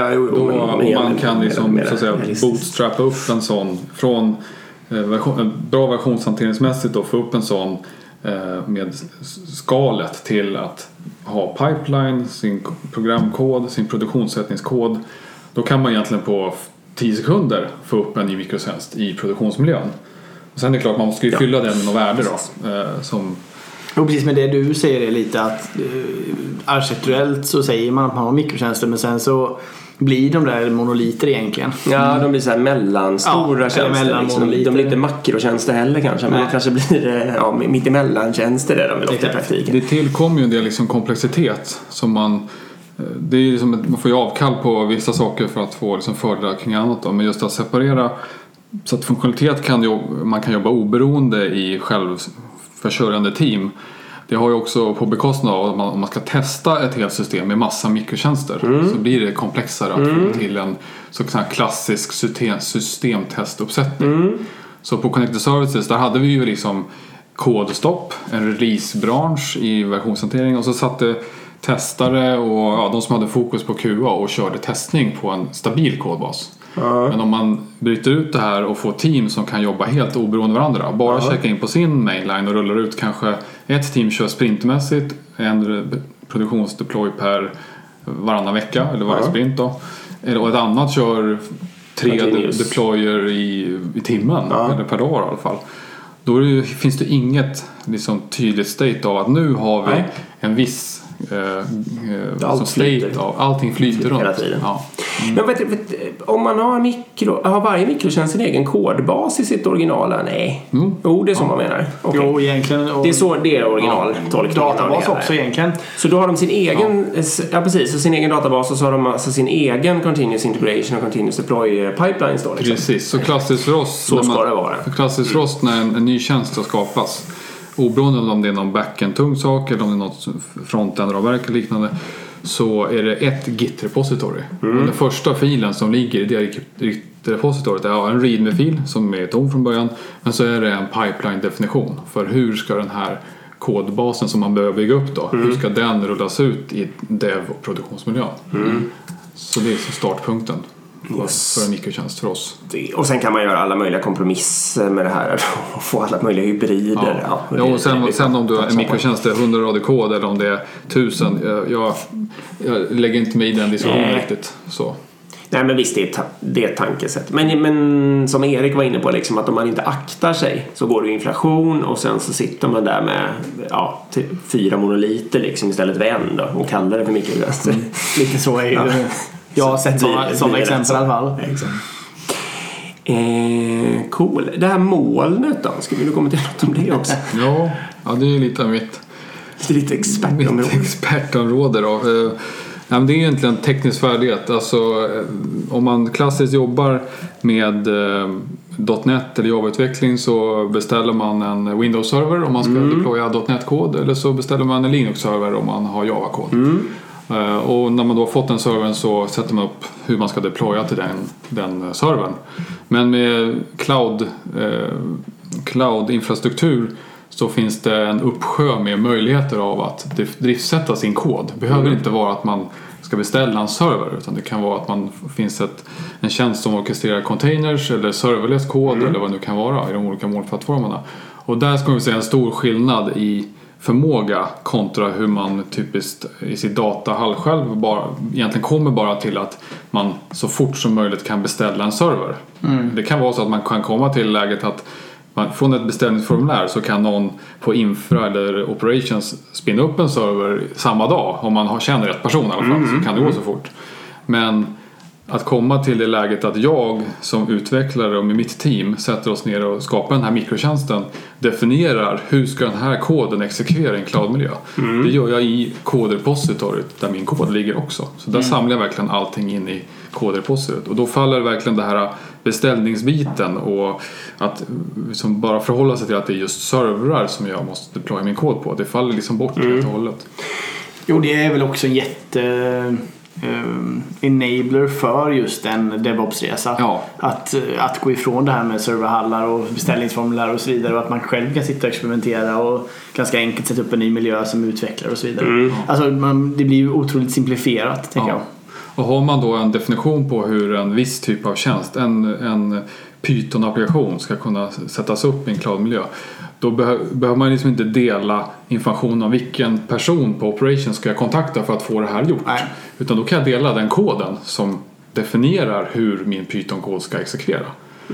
Man kan liksom, så att säga, bootstrappa upp en sån från bra versionshanteringsmässigt och få upp en sån med skalet till att ha pipeline, sin programkod, sin produktionssättningskod. Då kan man egentligen på 10 sekunder få upp en ny mikrotjänst i produktionsmiljön. Och sen är det klart man måste ju fylla den med något värde då. Och precis med det du säger är lite att arkitekturellt så säger man att man har mikrotjänster, men sen så blir de där monoliter egentligen. Ja, de blir så här mellanstora tjänster. Liksom. De blir inte makrotjänster heller kanske. Men de kanske blir mittemellan-tjänster där de vill ofta i praktiken. Det tillkommer ju en del liksom komplexitet som man... Det är liksom man får ju avkall på vissa saker för att få liksom fördelar kring annat då. Men just att separera så att funktionalitet man kan jobba oberoende i självförsörjande team. Det har ju också på bekostnad av att om man ska testa ett helt system med massa mikrotjänster så blir det komplexare att få till en så klassisk systemtestuppsättning. Så på Connected Services där hade vi ju liksom kodstopp, en releasebransch i versionshantering, och så satte testare och de som hade fokus på QA och körde testning på en stabil kodbas. Men om man bryter ut det här och får team som kan jobba helt oberoende varandra, bara checka in på sin mainline och rullar ut, kanske ett team kör sprintmässigt, en produktionsdeploy per varannan vecka eller varje sprint då, och ett annat kör 3 deployer i timmen eller per dag i alla fall. Då finns det inget liksom tydligt state av att nu har vi en viss allting flyter runt hela tiden. Ja. Men om man har varje mikrotjänst sin egen kodbas i sitt original? Nej. Det är så man menar. Okay. Jo, egentligen. Det är så det är originaltolkningen. Databas också egentligen. Så då har de sin egen, precis, så sin egen databas, och så har de alltså sin egen continuous integration och continuous deploy pipelines då. Liksom. Precis, så klassiskt för oss. Så ska det vara. Klassiskt för oss när en ny tjänst ska skapas, oberoende om det är någon backend tung sak eller om det är något frontend-ravverk eller liknande, så är det ett Git-repository. Och den första filen som ligger i det Git-repositoriet är en readme-fil som är tom från början, men så är det en pipeline-definition för hur ska den här kodbasen som man behöver bygga upp då, hur ska den rullas ut i dev- och produktionsmiljön. Så det är så startpunkten för en mikrotjänst för oss. Och sen kan man göra alla möjliga kompromisser med det här och få alla möjliga hybrider. Och sen om du har en mikrotjänst är 100 rader kod eller om det är 1000, jag lägger inte mig i den diskussionen riktigt så. Nej, men visst, det är ett tankesätt. Men som Erik var inne på, liksom, att om man inte aktar sig så går det inflation, och sen så sitter man där med 4 monoliter liksom, istället för en då, och kallar det för mikrotjänster. Lite så är det. Jag har sett sådana exempel i alla fall. Exakt. Cool. Det här molnet då, ska vi nu komma till något om det också? Ja, det är lite av mitt expertområde då. Men det är egentligen teknisk färdighet. Alltså, om man klassiskt jobbar med .NET eller Java-utveckling så beställer man en Windows-server om man ska deploya .NET-kod, eller så beställer man en Linux-server om man har Java-kod. Och när man då har fått den servern så sätter man upp hur man ska deploya till den servern. Men med cloud-infrastruktur så finns det en uppsjö med möjligheter av att driftsätta sin kod. Det behöver inte vara att man ska beställa en server, utan det kan vara att man finns en tjänst som orkestrerar containers eller serverless kod eller vad det nu kan vara i de olika målplattformarna. Och där ska vi se en stor skillnad i förmåga kontra hur man typiskt i sitt datahall själv egentligen kommer bara till att man så fort som möjligt kan beställa en server. Det kan vara så att man kan komma till läget att från ett beställningsformulär så kan någon på infra eller operations spinna upp en server samma dag om man känner rätt person i alla fall, så kan det gå så fort. Men att komma till det läget att jag som utvecklare och med mitt team sätter oss ner och skapar den här mikrotjänsten, definierar hur ska den här koden exekvera i en cloudmiljö. Det gör jag i kodrepositoriet där min kod ligger också. Så där samlar jag verkligen allting in i kodrepositoriet. Och då faller verkligen det här beställningsbiten och att liksom bara förhålla sig till att det är just servrar som jag måste deploya min kod på. Det faller liksom bort helt och hållet. Jo, det är väl också en enabler för just en DevOps-resa. Att gå ifrån det här med serverhallar och beställningsformulär och så vidare, och att man själv kan sitta och experimentera och ganska enkelt sätta upp en ny miljö som utvecklare och så vidare. Alltså det blir ju otroligt simplifierat, tänker jag. Och har man då en definition på hur en viss typ av tjänst, en Python-applikation ska kunna sättas upp i en cloudmiljö, då behöver man liksom inte dela information om vilken person på operation ska jag kontakta för att få det här gjort. Nej. Utan då kan jag dela den koden som definierar hur min Python-kod ska exekvera.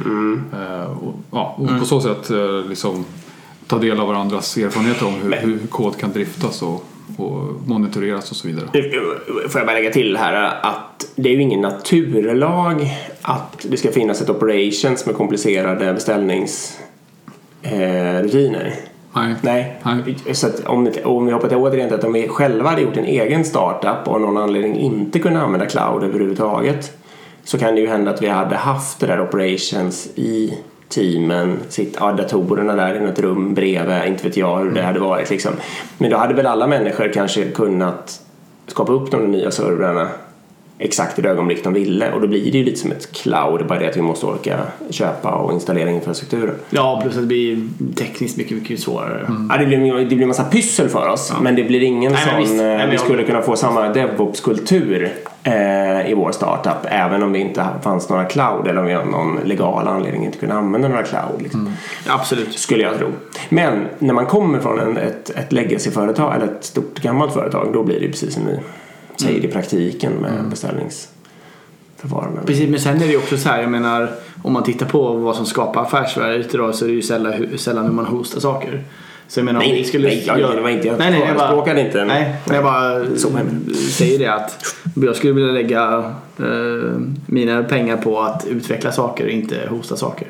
Och på så sätt liksom ta del av varandras erfarenheter om hur kod kan driftas och monitoreras och så vidare. Får jag bara lägga till här att det är ju ingen naturlag att det ska finnas ett operations med komplicerade beställningsrutiner. Nej. Så att om vi hoppar till återigen att om vi själva hade gjort en egen startup och av någon anledning inte kunde använda cloud överhuvudtaget, så kan det ju hända att vi hade haft det där operations i teamen, datorerna där i något rum bredvid, inte vet jag hur det hade varit liksom. Men då hade väl alla människor kanske kunnat skapa upp de nya servrarna exakt i det ögonblick de ville, och då blir det ju lite som ett cloud, bara det att vi måste orka köpa och installera infrastrukturen. Ja, plus att det blir tekniskt mycket svårare. Ja, det blir en massa pyssel för oss, men det blir ingen vi skulle kunna få samma DevOps-kultur i vår startup, även om det inte fanns några cloud eller om vi har någon legal anledning inte kunna använda några cloud liksom. Absolut, skulle jag tro. Men när man kommer från ett legacy-företag eller ett stort gammalt företag, då blir det precis som ni säger i praktiken med beställningsförfaranden. Precis, men sen är det ju också så här, jag menar, om man tittar på vad som skapar affärsvärde idag, så är det ju sällan hur man hostar saker. Så jag menar, Nej, det var inte jag förespråkade inte. Nej, jag bara säger det att jag skulle vilja lägga mina pengar på att utveckla saker och inte hosta saker.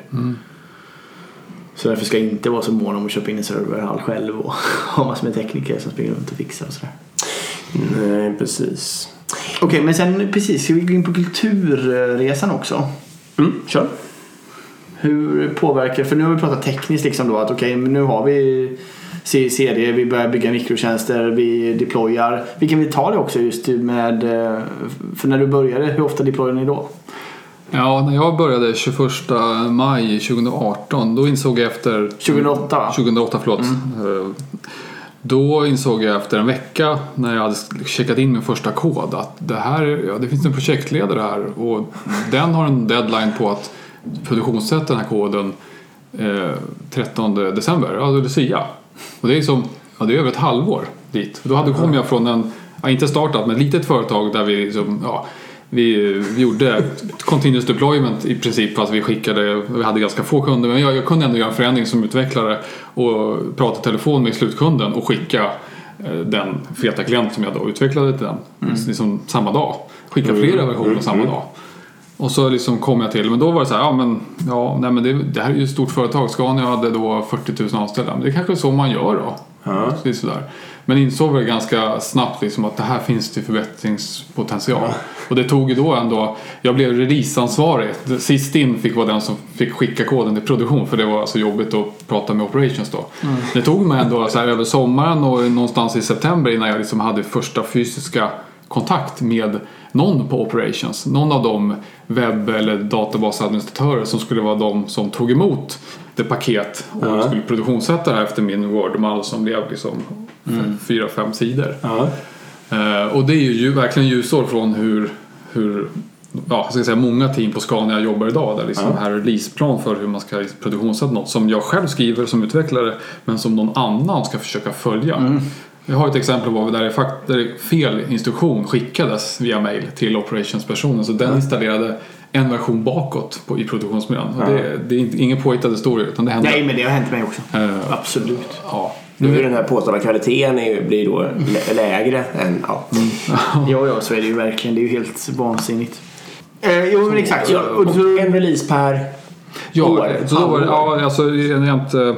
Så därför ska jag inte vara så mån om att köpa in en serverhall själv och ha massor med tekniker som springer runt och fixar och sådär. Nej, precis. Okej, men sen precis, ska vi gå in på kulturresan också? Kör. Hur påverkar, för nu har vi pratat tekniskt liksom då att okej, nu har vi CD, vi börjar bygga mikrotjänster, vi deployar. Vi kan vi ta det också just med, för när du började, hur ofta deployade ni då? Ja, när jag började 21 maj 2018, då insåg jag efter 2008 förlåt. Då insåg jag efter en vecka när jag hade checkat in min första kod att det finns en projektledare här och den har en deadline på att produktionssätta den här koden 13 december, ja det är Lucia. Och det är som, det är över ett halvår dit. Då kom jag från inte startat, men ett litet företag där vi liksom, vi gjorde continuous deployment i princip, fast vi hade ganska få kunder, men jag kunde ändå göra en förändring som utvecklare och prata telefon med slutkunden och skicka den feta klient som jag då utvecklade till den liksom samma dag, skicka flera versioner samma dag. Och så liksom kom jag till, men då var det så här, det här är ju ett stort företag, Scania hade då 40 000 anställda, men det är kanske så man gör då. Det är sådär. Men insåg väl ganska snabbt liksom att det här finns till förbättringspotential. Och det tog ju då ändå, jag blev releaseansvarig. Sist in fick vara den som fick skicka koden till produktion, för det var så jobbigt att prata med operations då. Det tog mig ändå så här över sommaren och någonstans i september innan jag liksom hade första fysiska kontakt med någon på operations, någon av de webb- eller databasadministratörer som skulle vara de som tog emot det paket och skulle produktionssätta det här efter min Word-mall som blev liksom 4-5 sidor. Och det är ju verkligen ljusår från hur ska jag säga, många team på Scania jobbar idag, där liksom här releaseplan för hur man ska produktionssätta något som jag själv skriver som utvecklare, men som någon annan ska försöka följa. Jag har ett exempel på där fel instruktion skickades via mail till operationspersonen, så den installerade en version bakåt i produktionsmiljön. Det är ingen påhittad historia, utan det händer. Nej, men det har hänt mig också. Absolut. Ja. Nu är den här påstådda kvaliteten blir då lägre än Ja, så är det ju verkligen. Det är ju helt vansinnigt. Jo, men exakt. Och en release per år. Så då var det, alltså rent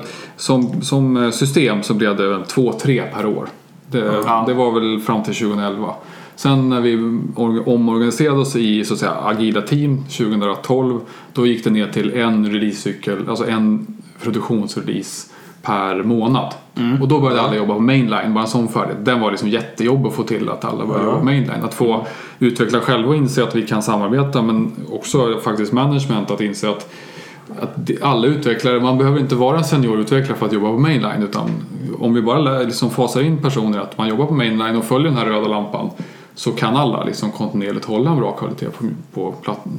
som system så blev det 2-3 per år. Det var väl fram till 2011. Sen när vi omorganiserade oss i så att säga agila team 2012, då gick det ner till en releasecykel, alltså en produktionsrelease per månad. Och då började alla jobba på mainline, bara en sån färdig. Den var liksom jättejobb att få till att alla började jobba på mainline. Att få utveckla själva och inse att vi kan samarbeta, men också faktiskt management att inse att alla utvecklare, man behöver inte vara en seniorutvecklare för att jobba på mainline, utan om vi bara liksom fasar in personer att man jobbar på mainline och följer den här röda lampan, så kan alla liksom kontinuerligt hålla en bra kvalitet på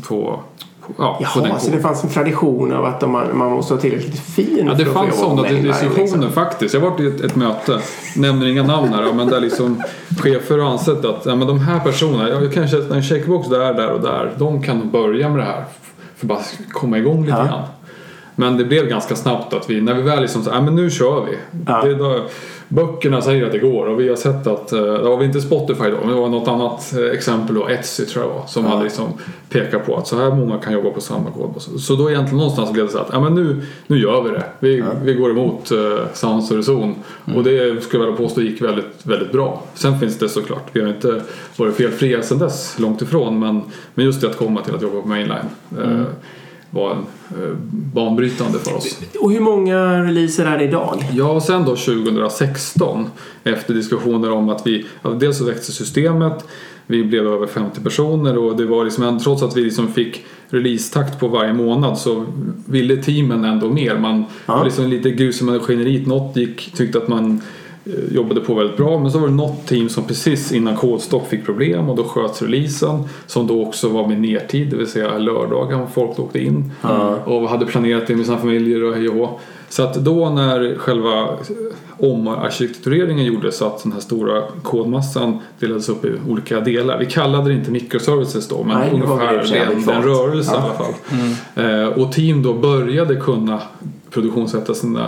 Jaha, så det fanns en tradition av att man måste ha tillräckligt fin. Ja, det fanns sådana diskussioner liksom. Faktiskt. Jag var i ett möte, nämner inga namn här, men där liksom chefer har ansett att men de här personerna, jag kan sätta en checkbox där och där, de kan börja med det här för bara komma igång lite grann. Men det blev ganska snabbt att när vi väl liksom så men nu kör vi. Böckerna säger att det går, och vi har sett att det var inte Spotify då, men det var något annat exempel då, Etsy tror jag var, som hade liksom pekat på att så här många kan jobba på samma kod. Så då egentligen någonstans blev det så att men nu gör vi det. Vi går emot sans och reson, och det skulle jag påstå gick väldigt, väldigt bra. Sen finns det såklart, vi har inte varit felfria sedan dess, långt ifrån, men just det att komma till att jobba på mainline var banbrytande för oss. Och hur många releaser är det idag? Ja, sen då 2016, efter diskussioner om att dels så växte systemet, vi blev över 50 personer, och det var liksom, trots att vi liksom fick releasetakt på varje månad, så ville teamen ändå mer. Man var liksom lite grus i maskineriet, något tyckte att man jobbade på väldigt bra, men så var det något team som precis innan kodstopp fick problem, och då sköts releasen, som då också var med nertid, det vill säga lördagar folk åkte in och hade planerat det med sina familjer och hej och hå. Så att då när själva omarkitektureringen gjordes, så att den här stora kodmassan delades upp i olika delar, vi kallade det inte microservices då, men ungefär den rörelsen i alla fall. Och team då började kunna produktionssätta sina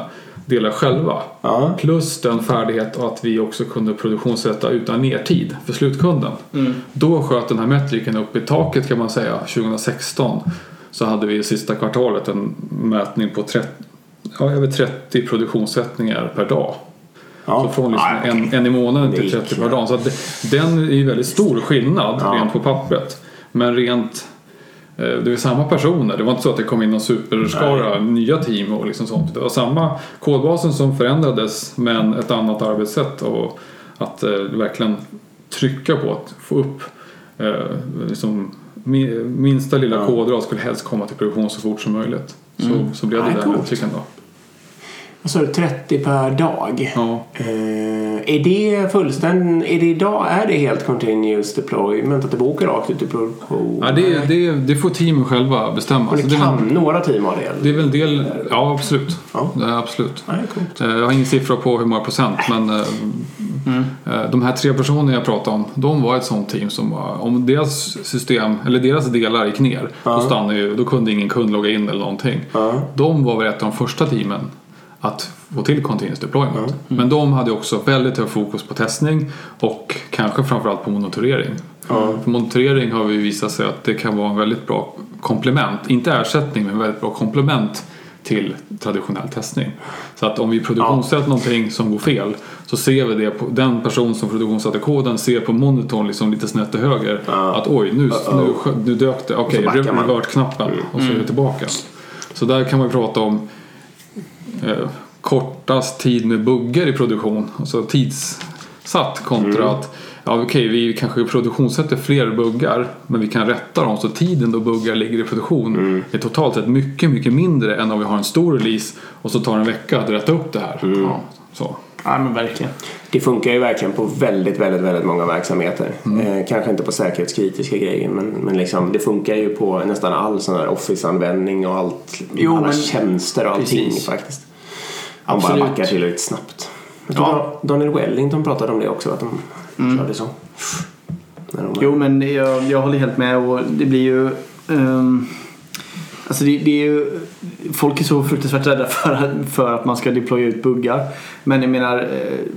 delar själva. Plus den färdighet att vi också kunde produktionssätta utan nertid för slutkunden. Då sköt den här metriken upp i taket kan man säga. 2016 så hade vi i sista kvartalet en mätning på över 30 produktionssättningar per dag. Så från liksom en i månaden till 30 per dag. Så att den är ju väldigt stor skillnad rent på pappret. Men rent, det är samma personer. Det var inte så att det kom in någon superskara nya team och liksom sånt. Det var samma kodbasen som förändrades men ett annat arbetssätt. Och att verkligen trycka på att få upp liksom, minsta lilla kodrad skulle helst komma till produktion så fort som möjligt. Så blev det där uttrycken då. Alltså 30 per dag. Ja. Är det fullständigt? Är det idag? Är det helt continuous deployment? Att det åker rakt ut i produktion? Ja, det får teamen själva bestämma. Och det kan några team ha det? Det är väl en del. Ja, absolut. Ja. Det är absolut. Ja, coolt. Jag har ingen siffra på hur många procent, men de här 3 personerna jag pratade om, de var ett sånt team som om deras system eller deras delar gick ner, då kunde ingen kund logga in eller någonting. De var väl ett av de första teamen att få till continuous deployment. Men de hade också väldigt hög fokus på testning och kanske framförallt på monitorering. För monitorering har vi visat sig att det kan vara en väldigt bra komplement, inte ersättning men väldigt bra komplement till traditionell testning. Så att om vi produktionssätter någonting som går fel så ser vi det på den person som produktionssatte koden ser på monitorn liksom lite snett till höger att oj, nu dök det. Okej, revert-knappen och så är det tillbaka. Så där kan man prata om kortast tid med buggar i produktion, alltså tidssatt kontra att vi kanske produktionssätter fler buggar men vi kan rätta dem så tiden då buggar ligger i produktion är totalt sett mycket, mycket mindre än om vi har en stor release och så tar det en vecka att rätta upp det här. Så. Ja, men verkligen. Det funkar ju verkligen på väldigt, väldigt, väldigt många verksamheter. Kanske inte på säkerhetskritiska grejer, men liksom, det funkar ju på nästan all sån här Office-användning och allt, alla tjänster och allting faktiskt. Man bara backar till lite snabbt. Jag tror Daniel Wellington pratade om det också, att de körde så. Jo, men jag håller helt med, och det blir ju alltså det är ju, folk är så fruktansvärt rädda för att man ska deploya ut buggar. Men jag menar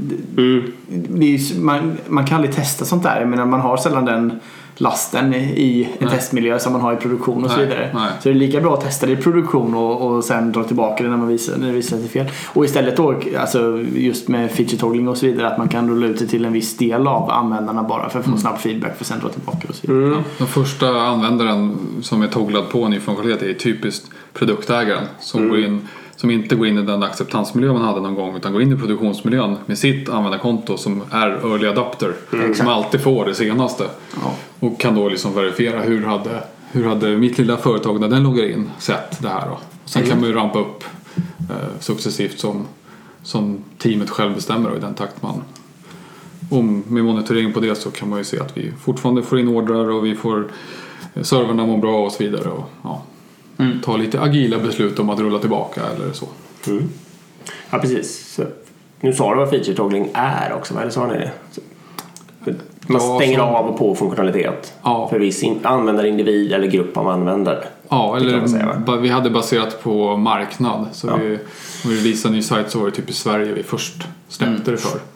det är ju, man kan aldrig testa sånt där. Jag menar, man har sällan den lasten i en testmiljö som man har i produktion och så vidare. Så det är lika bra att testa det i produktion och sen dra tillbaka det när det visar sig fel. Och istället då, alltså just med feature toggling och så vidare, att man kan rulla ut det till en viss del av användarna bara för att få snabb feedback för sen dra tillbaka och så vidare. Den första användaren som är togglad på ny funktionalitet är typiskt produktägaren som går in, som inte går in i den acceptansmiljö man hade någon gång, utan går in i produktionsmiljön med sitt användarkonto som är early adapter, som alltid får det senaste och kan då liksom verifiera hur hade mitt lilla företag när den loggar in sett det här då. Sen kan man ju rampa upp successivt som teamet själv bestämmer och i den takt man, och med monitorering på det så kan man ju se att vi fortfarande får in ordrar och vi får serverna mår bra och så vidare och ta lite agila beslut om att rulla tillbaka eller så. Ja, precis. Så, nu sa du vad feature toggling är också, eller sa ni det? Så, man stänger av och på funktionalitet för viss användarindivid eller grupp av användare. Ja, eller vi hade baserat på marknad. Så vi visade ny sajt så var det typ i Sverige vi först släppte det för.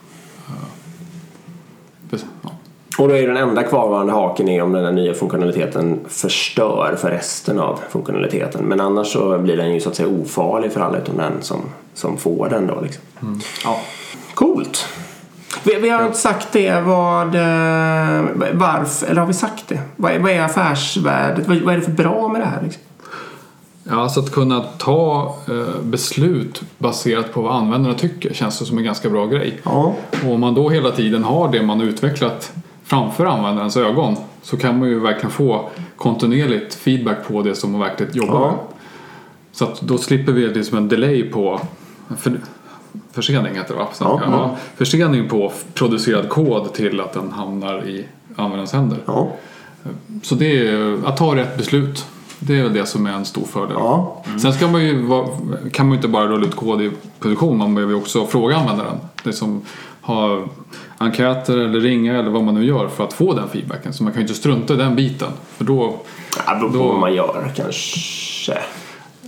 Och då är den enda kvarvarande haken är om den här nya funktionaliteten förstör för resten av funktionaliteten. Men annars så blir den ju så att säga ofarlig för alla utom den som får den då liksom. Coolt. Vi har inte sagt det varför, eller har vi sagt det? Vad är affärsvärdet? Vad är det för bra med det här liksom? Ja, så att kunna ta beslut baserat på vad användarna tycker känns det som en ganska bra grej. Och om man då hela tiden har det man utvecklat framför användarens ögon så kan man ju verkligen få kontinuerligt feedback på det som man verkligen jobbar med. Så att då slipper vi liksom en delay på försening heter det va? Försening på producerad kod till att den hamnar i användarens händer. Så det är att ta rätt beslut. Det är det som är en stor fördel. Sen ska man ju kan man ju inte bara rulla ut kod i produktion, man behöver ju också fråga användaren. Det som har enkäter eller ringa eller vad man nu gör för att få den feedbacken. Så man kan ju inte strunta i den biten. För då beror på vad man gör kanske.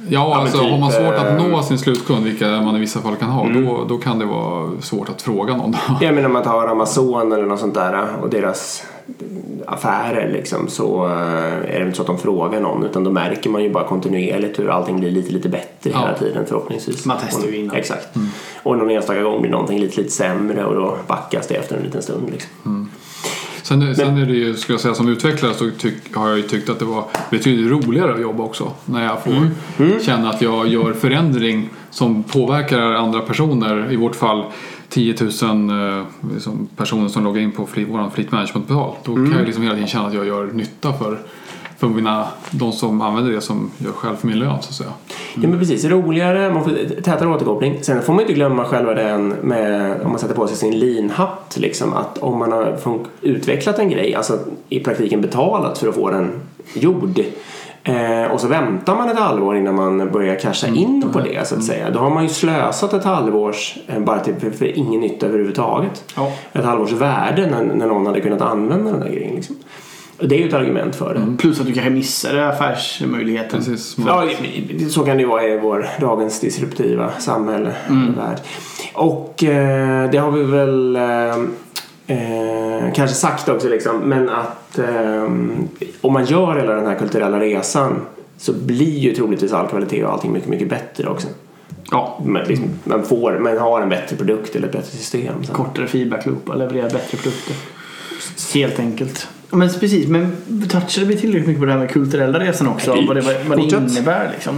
Ja, alltså typ, har man svårt att nå sin slutkund, vilka man i vissa fall kan ha, då kan det vara svårt att fråga någon. Jag menar om man tar Amazon eller något sånt där och deras affärer liksom, så är det inte så att de frågar någon, utan då märker man ju bara kontinuerligt hur allting blir lite bättre hela tiden förhoppningsvis. Man testar ju innan. Exakt. Och någon enstaka gång blir någonting lite sämre och då backas det efter en liten stund liksom. Sen är det ju, skulle jag säga, som utvecklare så har jag ju tyckt att det var betydligt roligare att jobba också. När jag får känna att jag gör förändring som påverkar andra personer. I vårt fall 10 000 personer som loggar in på vår fleet management-portal. Då kan jag liksom hela tiden känna att jag gör nytta för de som använder det som gör själv för min lön, så att säga. Ja, men precis, roligare, man får tätare återkoppling. Sen får man inte glömma själva den med, om man sätter på sig sin lean-hatt liksom, att om man har utvecklat en grej, alltså i praktiken betalat för att få den gjord, och så väntar man ett halvår innan man börjar casha in på det, så att säga. Då har man ju slösat ett halvårs bara för ingen nytta överhuvudtaget. Ett halvårs värde när någon hade kunnat använda den där grejen liksom. Det är ju ett argument för det. Plus att du kanske missade affärsmöjligheten. Precis. Ja, så kan det ju vara i vår dagens disruptiva samhälle och värld. Och det har vi väl kanske sagt också liksom, men att om man gör hela den här kulturella resan så blir ju troligtvis all kvalitet och allting mycket, mycket bättre också. Ja, men liksom, man har en bättre produkt eller ett bättre system. Så. Kortare feedback loop och levererar bättre produkter. Helt enkelt. Men precis, men touchade vi tillräckligt mycket på det här med kulturella resan också? Vad det innebär liksom.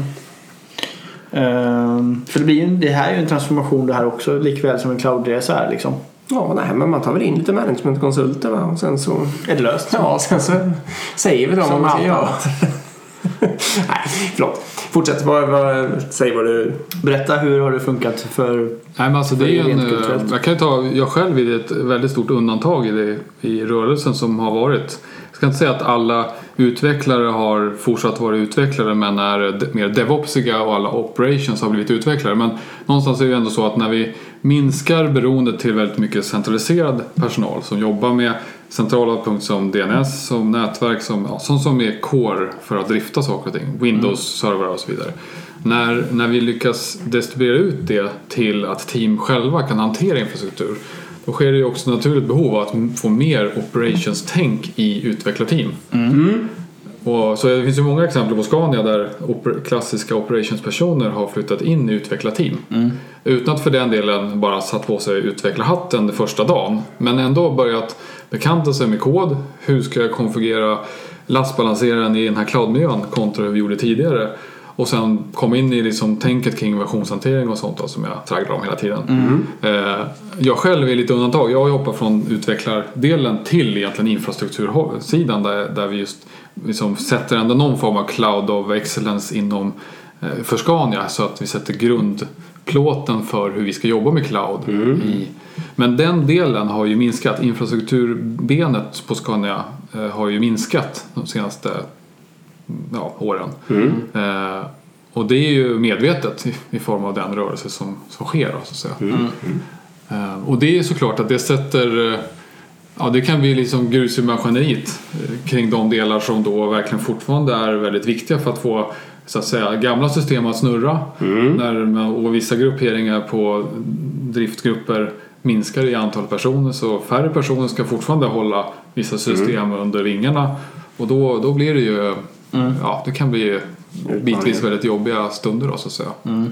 För det här är ju en transformation det här också, likväl som en cloudresa är liksom. Ja, nej, men man tar väl in lite managementkonsulter, va? Och sen så är det löst. Ja, sen så säger vi dem om man ska göra. Nej, förlåt. Fortsätt, säg vad du... Berätta, hur har det funkat för... Nej, men alltså det är jag själv är ett väldigt stort undantag i rörelsen som har varit. Jag ska inte säga att alla utvecklare har fortsatt vara utvecklare, men är mer devopsiga och alla operations har blivit utvecklare. Men någonstans är det ändå så att när vi minskar beroendet till väldigt mycket centraliserad personal som jobbar med centrala punkter som DNS, som nätverk, som är core för att drifta saker och ting, Windows-servrar och så vidare. När vi lyckas distribuera ut det till att team själva kan hantera infrastruktur, då sker det ju också naturligt behov av att få mer operations-tänk i utvecklarteam. Och så det finns ju många exempel på Scania där klassiska operations-personer har flyttat in i utvecklarteam. Utan att för den delen bara satt på sig utvecklarhatten första dagen, men ändå börjat bekanta sig med kod. Hur ska jag konfigurera lastbalanseraren i den här cloudmiljön kontra hur vi gjorde tidigare? Och sen komma in i liksom tänket kring versionshantering och sånt då, som jag tragglar om hela tiden. Jag själv är lite undantag. Jag hoppar från utvecklardelen till egentligen infrastruktursidan där vi just liksom sätter ändå någon form av cloud of excellence inom för Scania, så att vi sätter grundplåten för hur vi ska jobba med cloud. Men den delen har ju minskat. Infrastrukturbenet på Scania har ju minskat de senaste åren. Och det är ju medvetet i form av den rörelse som sker då, så att säga. Och det är såklart att det sätter det kan bli liksom grus i maskineriet kring de delar som då verkligen fortfarande är väldigt viktiga för att få, så att säga, gamla system att snurra och vissa grupperingar på driftgrupper minskar i antal personer, så färre personer ska fortfarande hålla vissa system under vingarna, och då blir det ju det kan bli bitvis väldigt jobbiga stunder då, så att säga.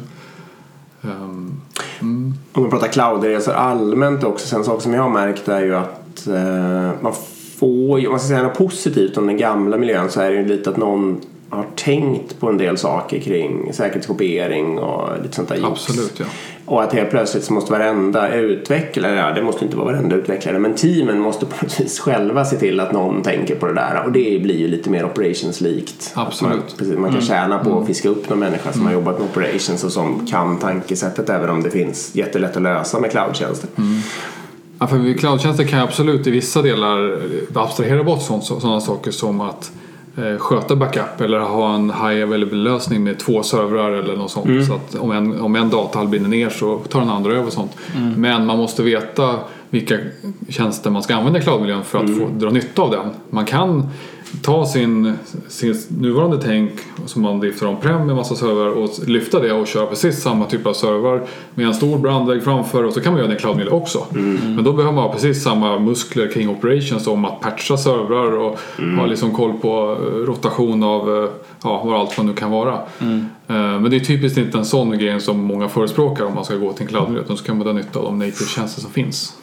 Om man pratar cloudresor allmänt också, sen sak som jag har märkt är ju att man får, om man ska säga något positivt om den gamla miljön, så är det ju lite att någon har tänkt på en del saker kring säkerhetskopiering och lite sånt där. Absolut, ja. Och att helt plötsligt så måste varenda utvecklare, det måste inte vara varenda utvecklare, men teamen måste på något vis själva se till att någon tänker på det där, och det blir ju lite mer operations-likt. Absolut. Man kan tjäna på att fiska upp någon människa som har jobbat med operations och som kan tankesättet, även om det finns jättelätt att lösa med cloudtjänster. Ja, för cloudtjänster kan absolut i vissa delar abstrahera bort sådana saker som att sköta backup eller ha en high available lösning med 2 servrar eller något sånt, så att om en datahall brinner ner så tar den andra över sånt. Men man måste veta vilka tjänster man ska använda i cloudmiljön för att få dra nytta av den. Man kan ta sin nuvarande tänk som man driftar on-prem med massa server och lyfta det och köra precis samma typ av server med en stor brandvägg framför, och så kan man göra det i cloud miljö också. Men då behöver man ha precis samma muskler kring operations om att patcha servrar och ha liksom koll på rotation av vad allt man nu kan vara. Men det är typiskt inte en sån grej som många förespråkar om man ska gå till en cloud-miljö, utan så kan man dra nytta av de native-tjänster som finns.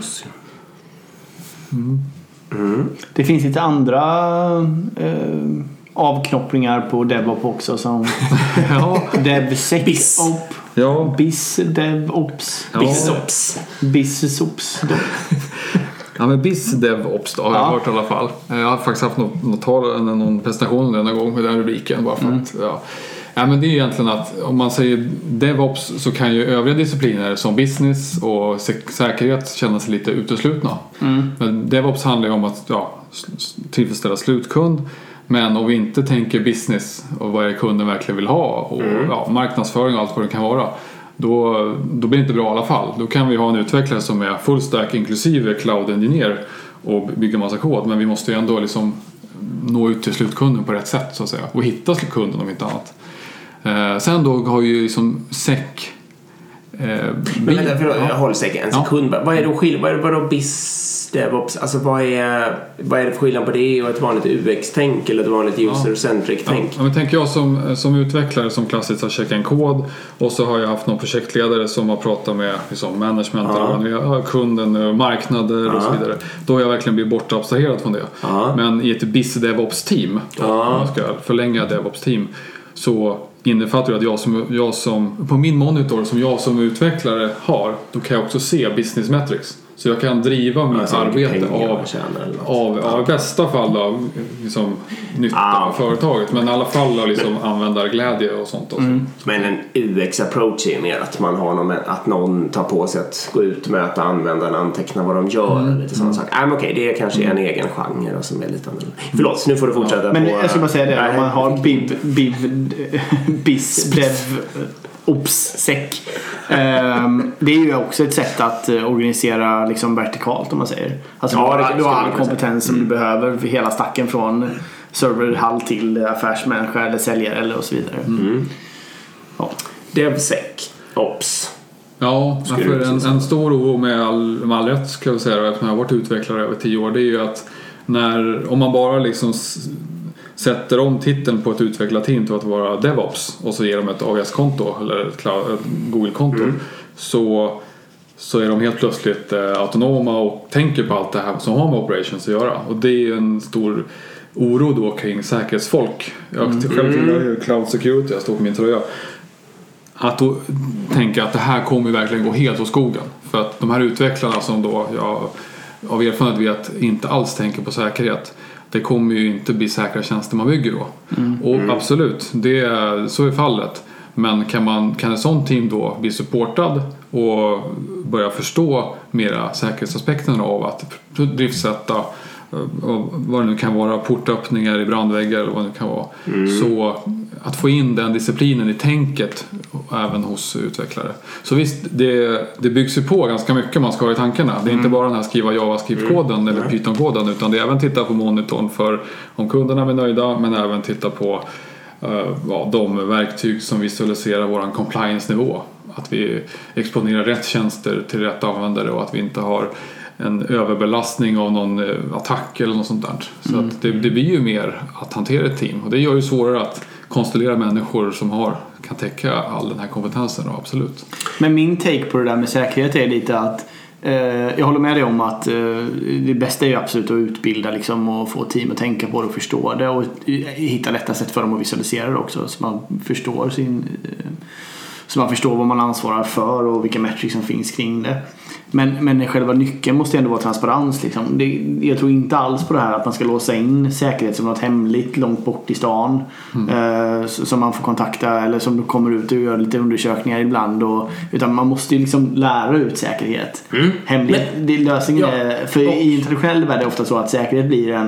Det finns lite andra avknoppningar på DevOps också som DevSecOps, BizDevOps, BizOps. Ja, men BizDevOps då har jag hört i alla fall. Jag har faktiskt haft någon presentation denna gång med den rubriken bara för att ja, men det är egentligen att om man säger DevOps så kan ju övriga discipliner som business och säkerhet känna sig lite uteslutna. Men DevOps handlar ju om att tillfredsställa slutkund, men om vi inte tänker business och vad är kunden verkligen vill ha och marknadsföring och allt vad det kan vara, då blir det inte bra i alla fall. Då kan vi ha en utvecklare som är full stack inklusive cloud engineer och bygga massa kod, men vi måste ju ändå liksom nå ut till slutkunden på rätt sätt så att säga, och hitta kunden om inte annat. Sen då har ju liksom men vänta, förlåt, jag håller säkert en sekund. Vad är då skillnad? Vad är då BizDevOps? Alltså vad är det för skillnad på det och ett vanligt UX-tänk eller ett vanligt user-centric-tänk? Ja, men tänker jag som utvecklare som klassiskt har checkat en kod, och så har jag haft någon projektledare som har pratat med liksom management eller kunden, marknader och så vidare. Då har jag verkligen blivit bortabstraherad från det. Men i ett BizDevOps-team, om man ska förlänga DevOps-team, så innefattar det att jag som på min monitor som jag som utvecklare har, då kan jag också se business metrics. Så jag kan driva mitt arbete av i bästa fall av liksom, nytta av företaget, men i alla fall av liksom, användarglädje och sånt också. Men en UX-approach är mer att man har att någon tar på sig att gå ut, möta användarna, anteckna vad de gör, lite sådana saker. Okej, det är kanske en egen genre och som är lite annorlunda. Förlåt, nu får du fortsätta. Men jag ska bara säga det, om man har BizDevOps-sec. Det är ju också ett sätt att organisera liksom vertikalt, om man säger. Alltså du har all kompetens som du behöver för hela stacken från serverhall till affärsmänniska eller säljare eller och så vidare. DevSecOps. Ja, för en stor oro med all rätt ska jag säga, eftersom jag har varit utvecklare över 10 år, det är ju att om man bara liksom sätter om titeln på ett utvecklarteam till att vara DevOps och så ger de ett AWS-konto eller ett Google-konto, så är de helt plötsligt autonoma och tänker på allt det här som har med operations att göra. Och det är en stor oro då kring säkerhetsfolk. Jag själv tillhör ju cloud security, jag står på min tröja. Att då tänka att det här kommer verkligen gå helt åt skogen. För att de här utvecklarna som då jag av erfarenhet vet inte alls tänker på säkerhet, det kommer ju inte bli säkra tjänster man bygger då. Och absolut, så är fallet. Men kan ett sånt team då bli supportad och börja förstå mera säkerhetsaspekterna av att driftsätta vad det nu kan vara, portöppningar i brandväggar eller vad det nu kan vara. Så att få in den disciplinen i tänket även hos utvecklare. Så visst, det byggs ju på ganska mycket man ska ha i tankarna. Det är inte bara den här skriva JavaScript-koden eller Python-koden, utan det är även titta på monitorn för om kunderna är nöjda, men även titta på de verktyg som visualiserar våran compliance-nivå. Att vi exponerar rätt tjänster till rätt användare och att vi inte har en överbelastning av någon attack eller något sånt där. Så att det blir ju mer att hantera ett team. Och det gör ju svårare att konstellera människor som kan täcka all den här kompetensen, absolut. Men min take på det där med säkerhet är lite att jag håller med dig om att det bästa är ju absolut att utbilda liksom, och få team att tänka på det och förstå det och hitta lätta sätt för dem att visualisera det också, så man förstår så man förstår vad man ansvarar för och vilka metrics som finns kring det. Men själva nyckeln måste ändå vara transparens liksom. Jag tror inte alls på det här att man ska låsa in säkerhet som något hemligt långt bort i stan som man får kontakta eller som kommer ut och gör lite undersökningar ibland utan man måste ju liksom lära ut säkerhet hemligt. Lösningen är, för i en traditionell värld är det ofta så att säkerhet blir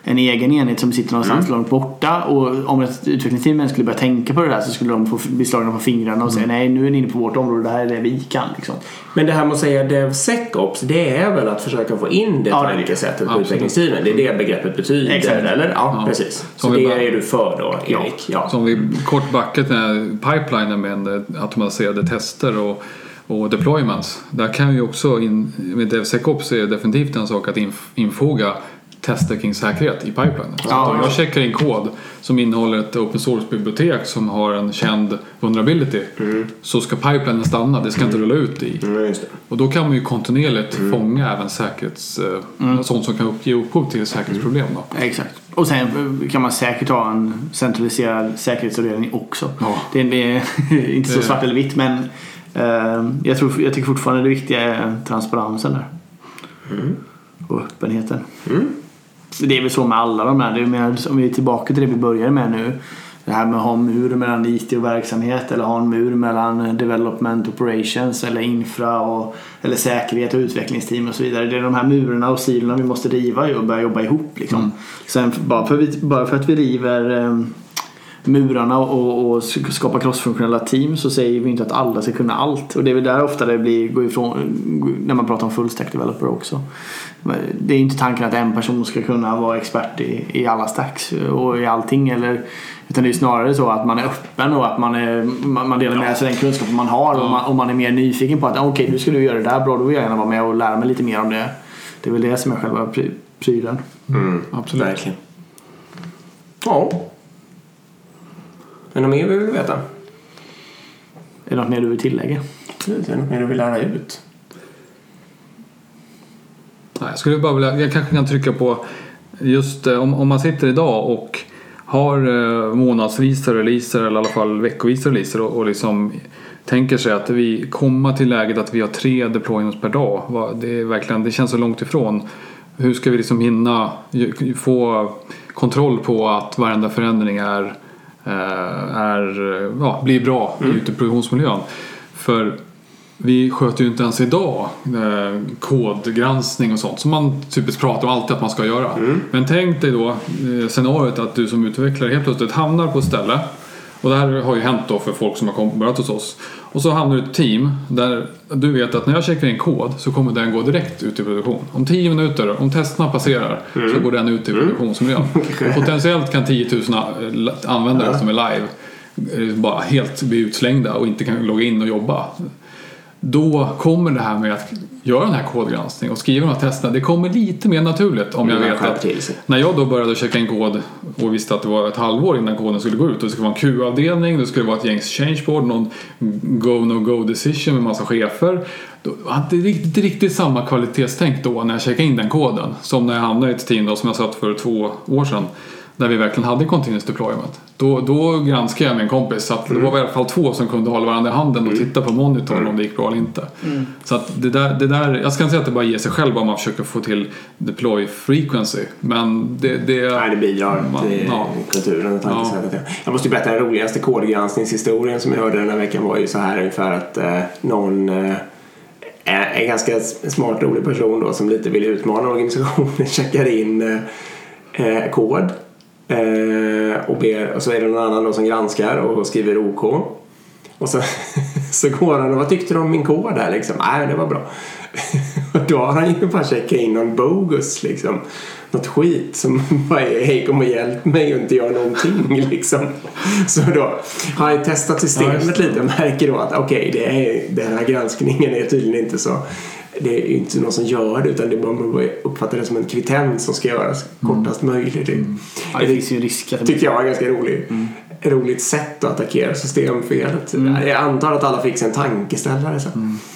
en egen enhet som sitter någonstans långt borta, och om ett utvecklingsteam skulle börja tänka på det där så skulle de få bli slagna på fingrarna och säga nej, nu är ni inne på vårt område, det här är det vi kan liksom. Men det här med att säga DevSecOps, det är väl att försöka få in det tankesättet på utvecklingsteamen. Det är det begreppet betyder. Exakt. Eller? Ja, precis. Så det är du för då, Erik. Ja. Som vi kort backat den här pipelinen med automatiserade tester och deployments. Där kan ju också med DevSecOps är det definitivt en sak att infoga tester kring säkerhet i pipelinen. Så om jag checkar in kod som innehåller ett open source-bibliotek som har en känd vulnerability, så ska pipelinen stanna, det ska inte rulla ut i. Just det. Och då kan man ju kontinuerligt fånga även sånt som kan ge upphov till säkerhetsproblem då. Exakt. Och sen kan man säkert ha en centraliserad säkerhetsavdelning också. Ja. Det är inte så svart eller vitt, men jag tycker fortfarande det viktiga är transparensen där. Och öppenheten. Det är väl så med alla de här. Om vi är tillbaka till det vi började med nu, det här med att ha en mur mellan IT och verksamhet, eller ha en mur mellan development operations eller infra eller säkerhet och utvecklingsteam och så vidare. Det är de här murarna och silorna vi måste riva och börja jobba ihop liksom. Sen bara för att vi river murarna och skapa crossfunktionella team, så säger vi inte att alla ska kunna allt, och det är väl där ofta det går ifrån när man pratar om full stack developer också. Det är inte tanken att en person ska kunna vara expert i alla stacks och i allting, utan det är snarare så att man är öppen och att man delar med sig den kunskapen man har, och man är mer nyfiken på att okej, nu ska du göra det där bra, då vill jag gärna vara med och lära mig lite mer om det. Det är väl det som är själva prylen. Absolut. Verkligen. Ja. Är det något mer vi vill veta? Är det något mer du vill tillägga? Är det något mer du vill lära ut? Jag kanske kan trycka på just om man sitter idag och har månadsvisa releaser, eller i alla fall veckovisa releaser, och liksom tänker sig att vi kommer till läget att vi har 3 deployments per dag. Det känns så långt ifrån. Hur ska vi liksom hinna få kontroll på att varenda förändring blir bra ute i produktionsmiljön? För vi sköter ju inte ens idag kodgranskning och sånt som man typiskt pratar om alltid att man ska göra. Men tänk dig då scenariot att du som utvecklare helt plötsligt hamnar på ett ställe, och det här har ju hänt då för folk som har börjat hos oss, och så hamnar du i ett team där du vet att när jag checkar in kod så kommer den gå direkt ut i produktion. Om 10 minuter, om testerna passerar, så går den ut i produktionsmiljön. Potentiellt kan 10 000 användare som är live bara helt bli utslängda och inte kan logga in och jobba. Då kommer det här med att göra den här kodgranskningen och skriva de här testerna, det kommer lite mer naturligt om jag vet att när jag då började checka in kod och visste att det var ett halvår innan koden skulle gå ut, och det skulle vara en Q-avdelning, det skulle vara ett gängs changeboard, någon go-no-go decision med massa chefer, då hade det inte riktigt samma kvalitetstänk då när jag checkade in den koden som när jag hamnade i ett team då, som jag satt för 2 år sedan, där vi verkligen hade continuous deployment. Då granskade jag med en kompis, så att det var i alla fall 2 som kunde hålla varandra i handen och titta på monitorn om det gick bra eller inte. Så att det där, jag ska inte säga att det bara ger sig själv om man försöker få till deploy frequency, men det bidrar till kulturen. Jag måste ju berätta, den roligaste kodgranskningshistorien som jag hörde den här veckan var ju så här ungefär att någon en ganska smart rolig person då, som lite vill utmana organisationen, checkar in kod och så är det någon annan då som granskar och skriver OK, och så går han och vad tyckte du om min kod här liksom? Nej, det var bra. Och då har han ju bara checkat in någon bogus liksom, något skit som bara är hej, kom och hjälp mig och inte gör någonting liksom. Så då har jag testat systemet lite och märker då att den här granskningen är tydligen inte så, det är ju inte någon som gör det, utan det är bara man uppfattar det som en kvittens som ska göras kortast möjligt. Det finns ju risk att tycker jag är ganska roligt sätt att attackera systemfelet. Jag antar att alla fick en tankeställare så.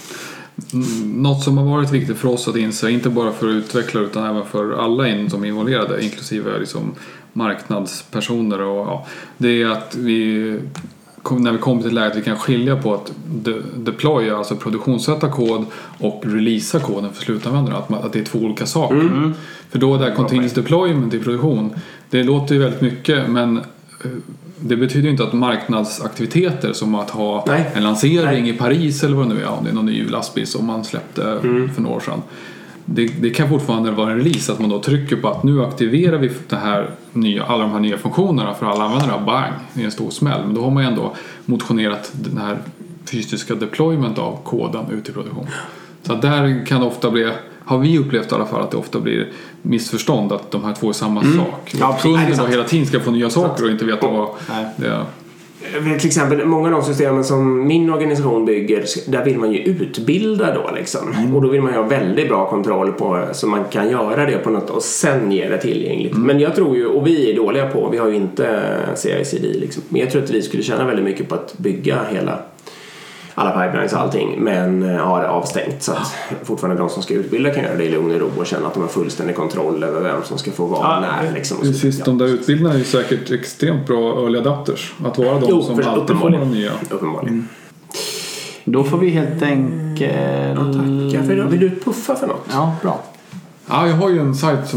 Något som har varit viktigt för oss att inse, inte bara för utvecklare utan även för alla som är involverade, inklusive liksom marknadspersoner det är att när vi kommer till läget att vi kan skilja på att deploya, alltså produktionssätta kod, och releasa koden för slutanvändare, att det är 2 olika saker. För då där continuous deployment i produktion, det låter ju väldigt mycket, men det betyder inte att marknadsaktiviteter som att ha en lansering i Paris eller vad det nu är, om det är någon ny lastbil som man släppte för några år sedan, det kan fortfarande vara en release att man då trycker på att nu aktiverar vi alla de här nya funktionerna för alla användare. Bang, det är en stor smäll. Men då har man ju ändå motionerat den här fysiska deployment av koden ut i produktion. Så där kan det ofta bli, har vi upplevt i alla fall, att det ofta blir missförstånd att de här två är samma sak. Ja, kunden då hela tiden ska få nya saker och inte veta vad det är. Till exempel många av de systemen som min organisation bygger, där vill man ju utbilda då liksom. Och då vill man ju ha väldigt bra kontroll på, så man kan göra det på något och sen ge det tillgängligt. Men jag tror ju, och vi är dåliga på, vi har ju inte CI/CD liksom. Men jag tror att vi skulle tjäna väldigt mycket på att bygga alla pipelines och allting, men har det avstängt så att fortfarande de som ska utbilda kan göra det i lugn och ro och känna att de har fullständig kontroll över vem som ska få vara när liksom. Precis, de där utbildarna är ju säkert extremt bra early adapters att vara de som alltid får de nya. Uppenbarligen. Då får vi helt enkelt tacka för det. Vill du puffa för något? Ja, bra. Ja, jag har ju en sajt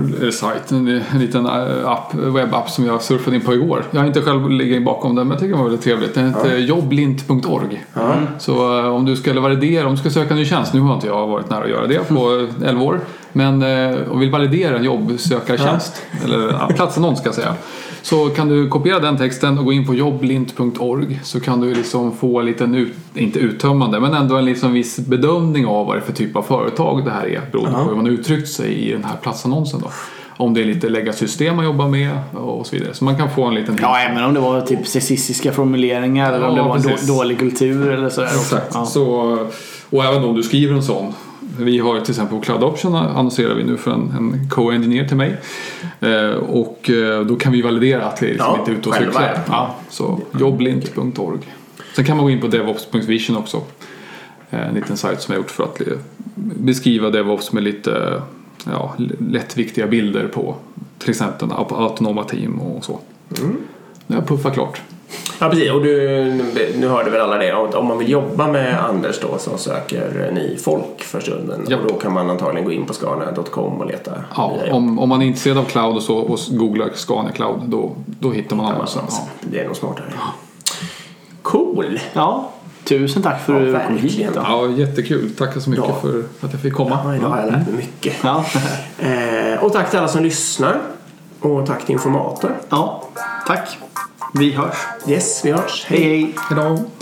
en liten webbapp som jag surfade in på igår. Jag har inte själv ligger bakom den, men jag tycker det var väldigt trevligt. Den heter jobblint.org. Så om du skulle validera, om du ska söka en ny tjänst, nu har inte jag varit nära att göra det på 11 år, men om vill validera en jobbsökartjänst eller platsannons ska jag säga, så kan du kopiera den texten och gå in på jobblint.org, så kan du liksom få en liten, inte uttömmande, men ändå en liksom viss bedömning av vad det är för typ av företag det här är, beroende på hur man uttryckt sig i den här platsannonsen då. Om det är lite läggarsystem man jobbar med och så vidare. Så man kan få en liten... Ja, men om det var typ sexistiska formuleringar eller om det var dålig kultur eller sådär. Exakt. Ja. Så, och även om du skriver en sån. Vi har till exempel på Cloud Option annonserar vi nu för en co-engineer till mig. Och då kan vi validera att det liksom inte är ute och cyklar. Ja, så jobblint.org. Sen kan man gå in på devops.vision också. En liten sajt som jag gjort för att beskriva DevOps med lite lättviktiga bilder på till exempel autonoma team och så. Nu har jag puffat klart. Ja, precis. Och nu hörde väl alla det. Om man vill jobba med Anders då, så söker ni folk för stunden. Ja. Och då kan man antagligen gå in på scania.com och leta. Ja, om man är intresserad av cloud och så och googlar Scania Cloud, då hittar man annonsen. Ja. Det är nog smartare. Cool. Ja. Tusen tack för att du kom hit. Ja, jättekul. Tack så mycket för att jag fick komma. Ja, idag har jag lärt mig mycket. Ja. Och tack till alla som lyssnar. Och tack till informator. Ja, tack. Vi hörs. Yes, vi hörs. Hej. Hej då.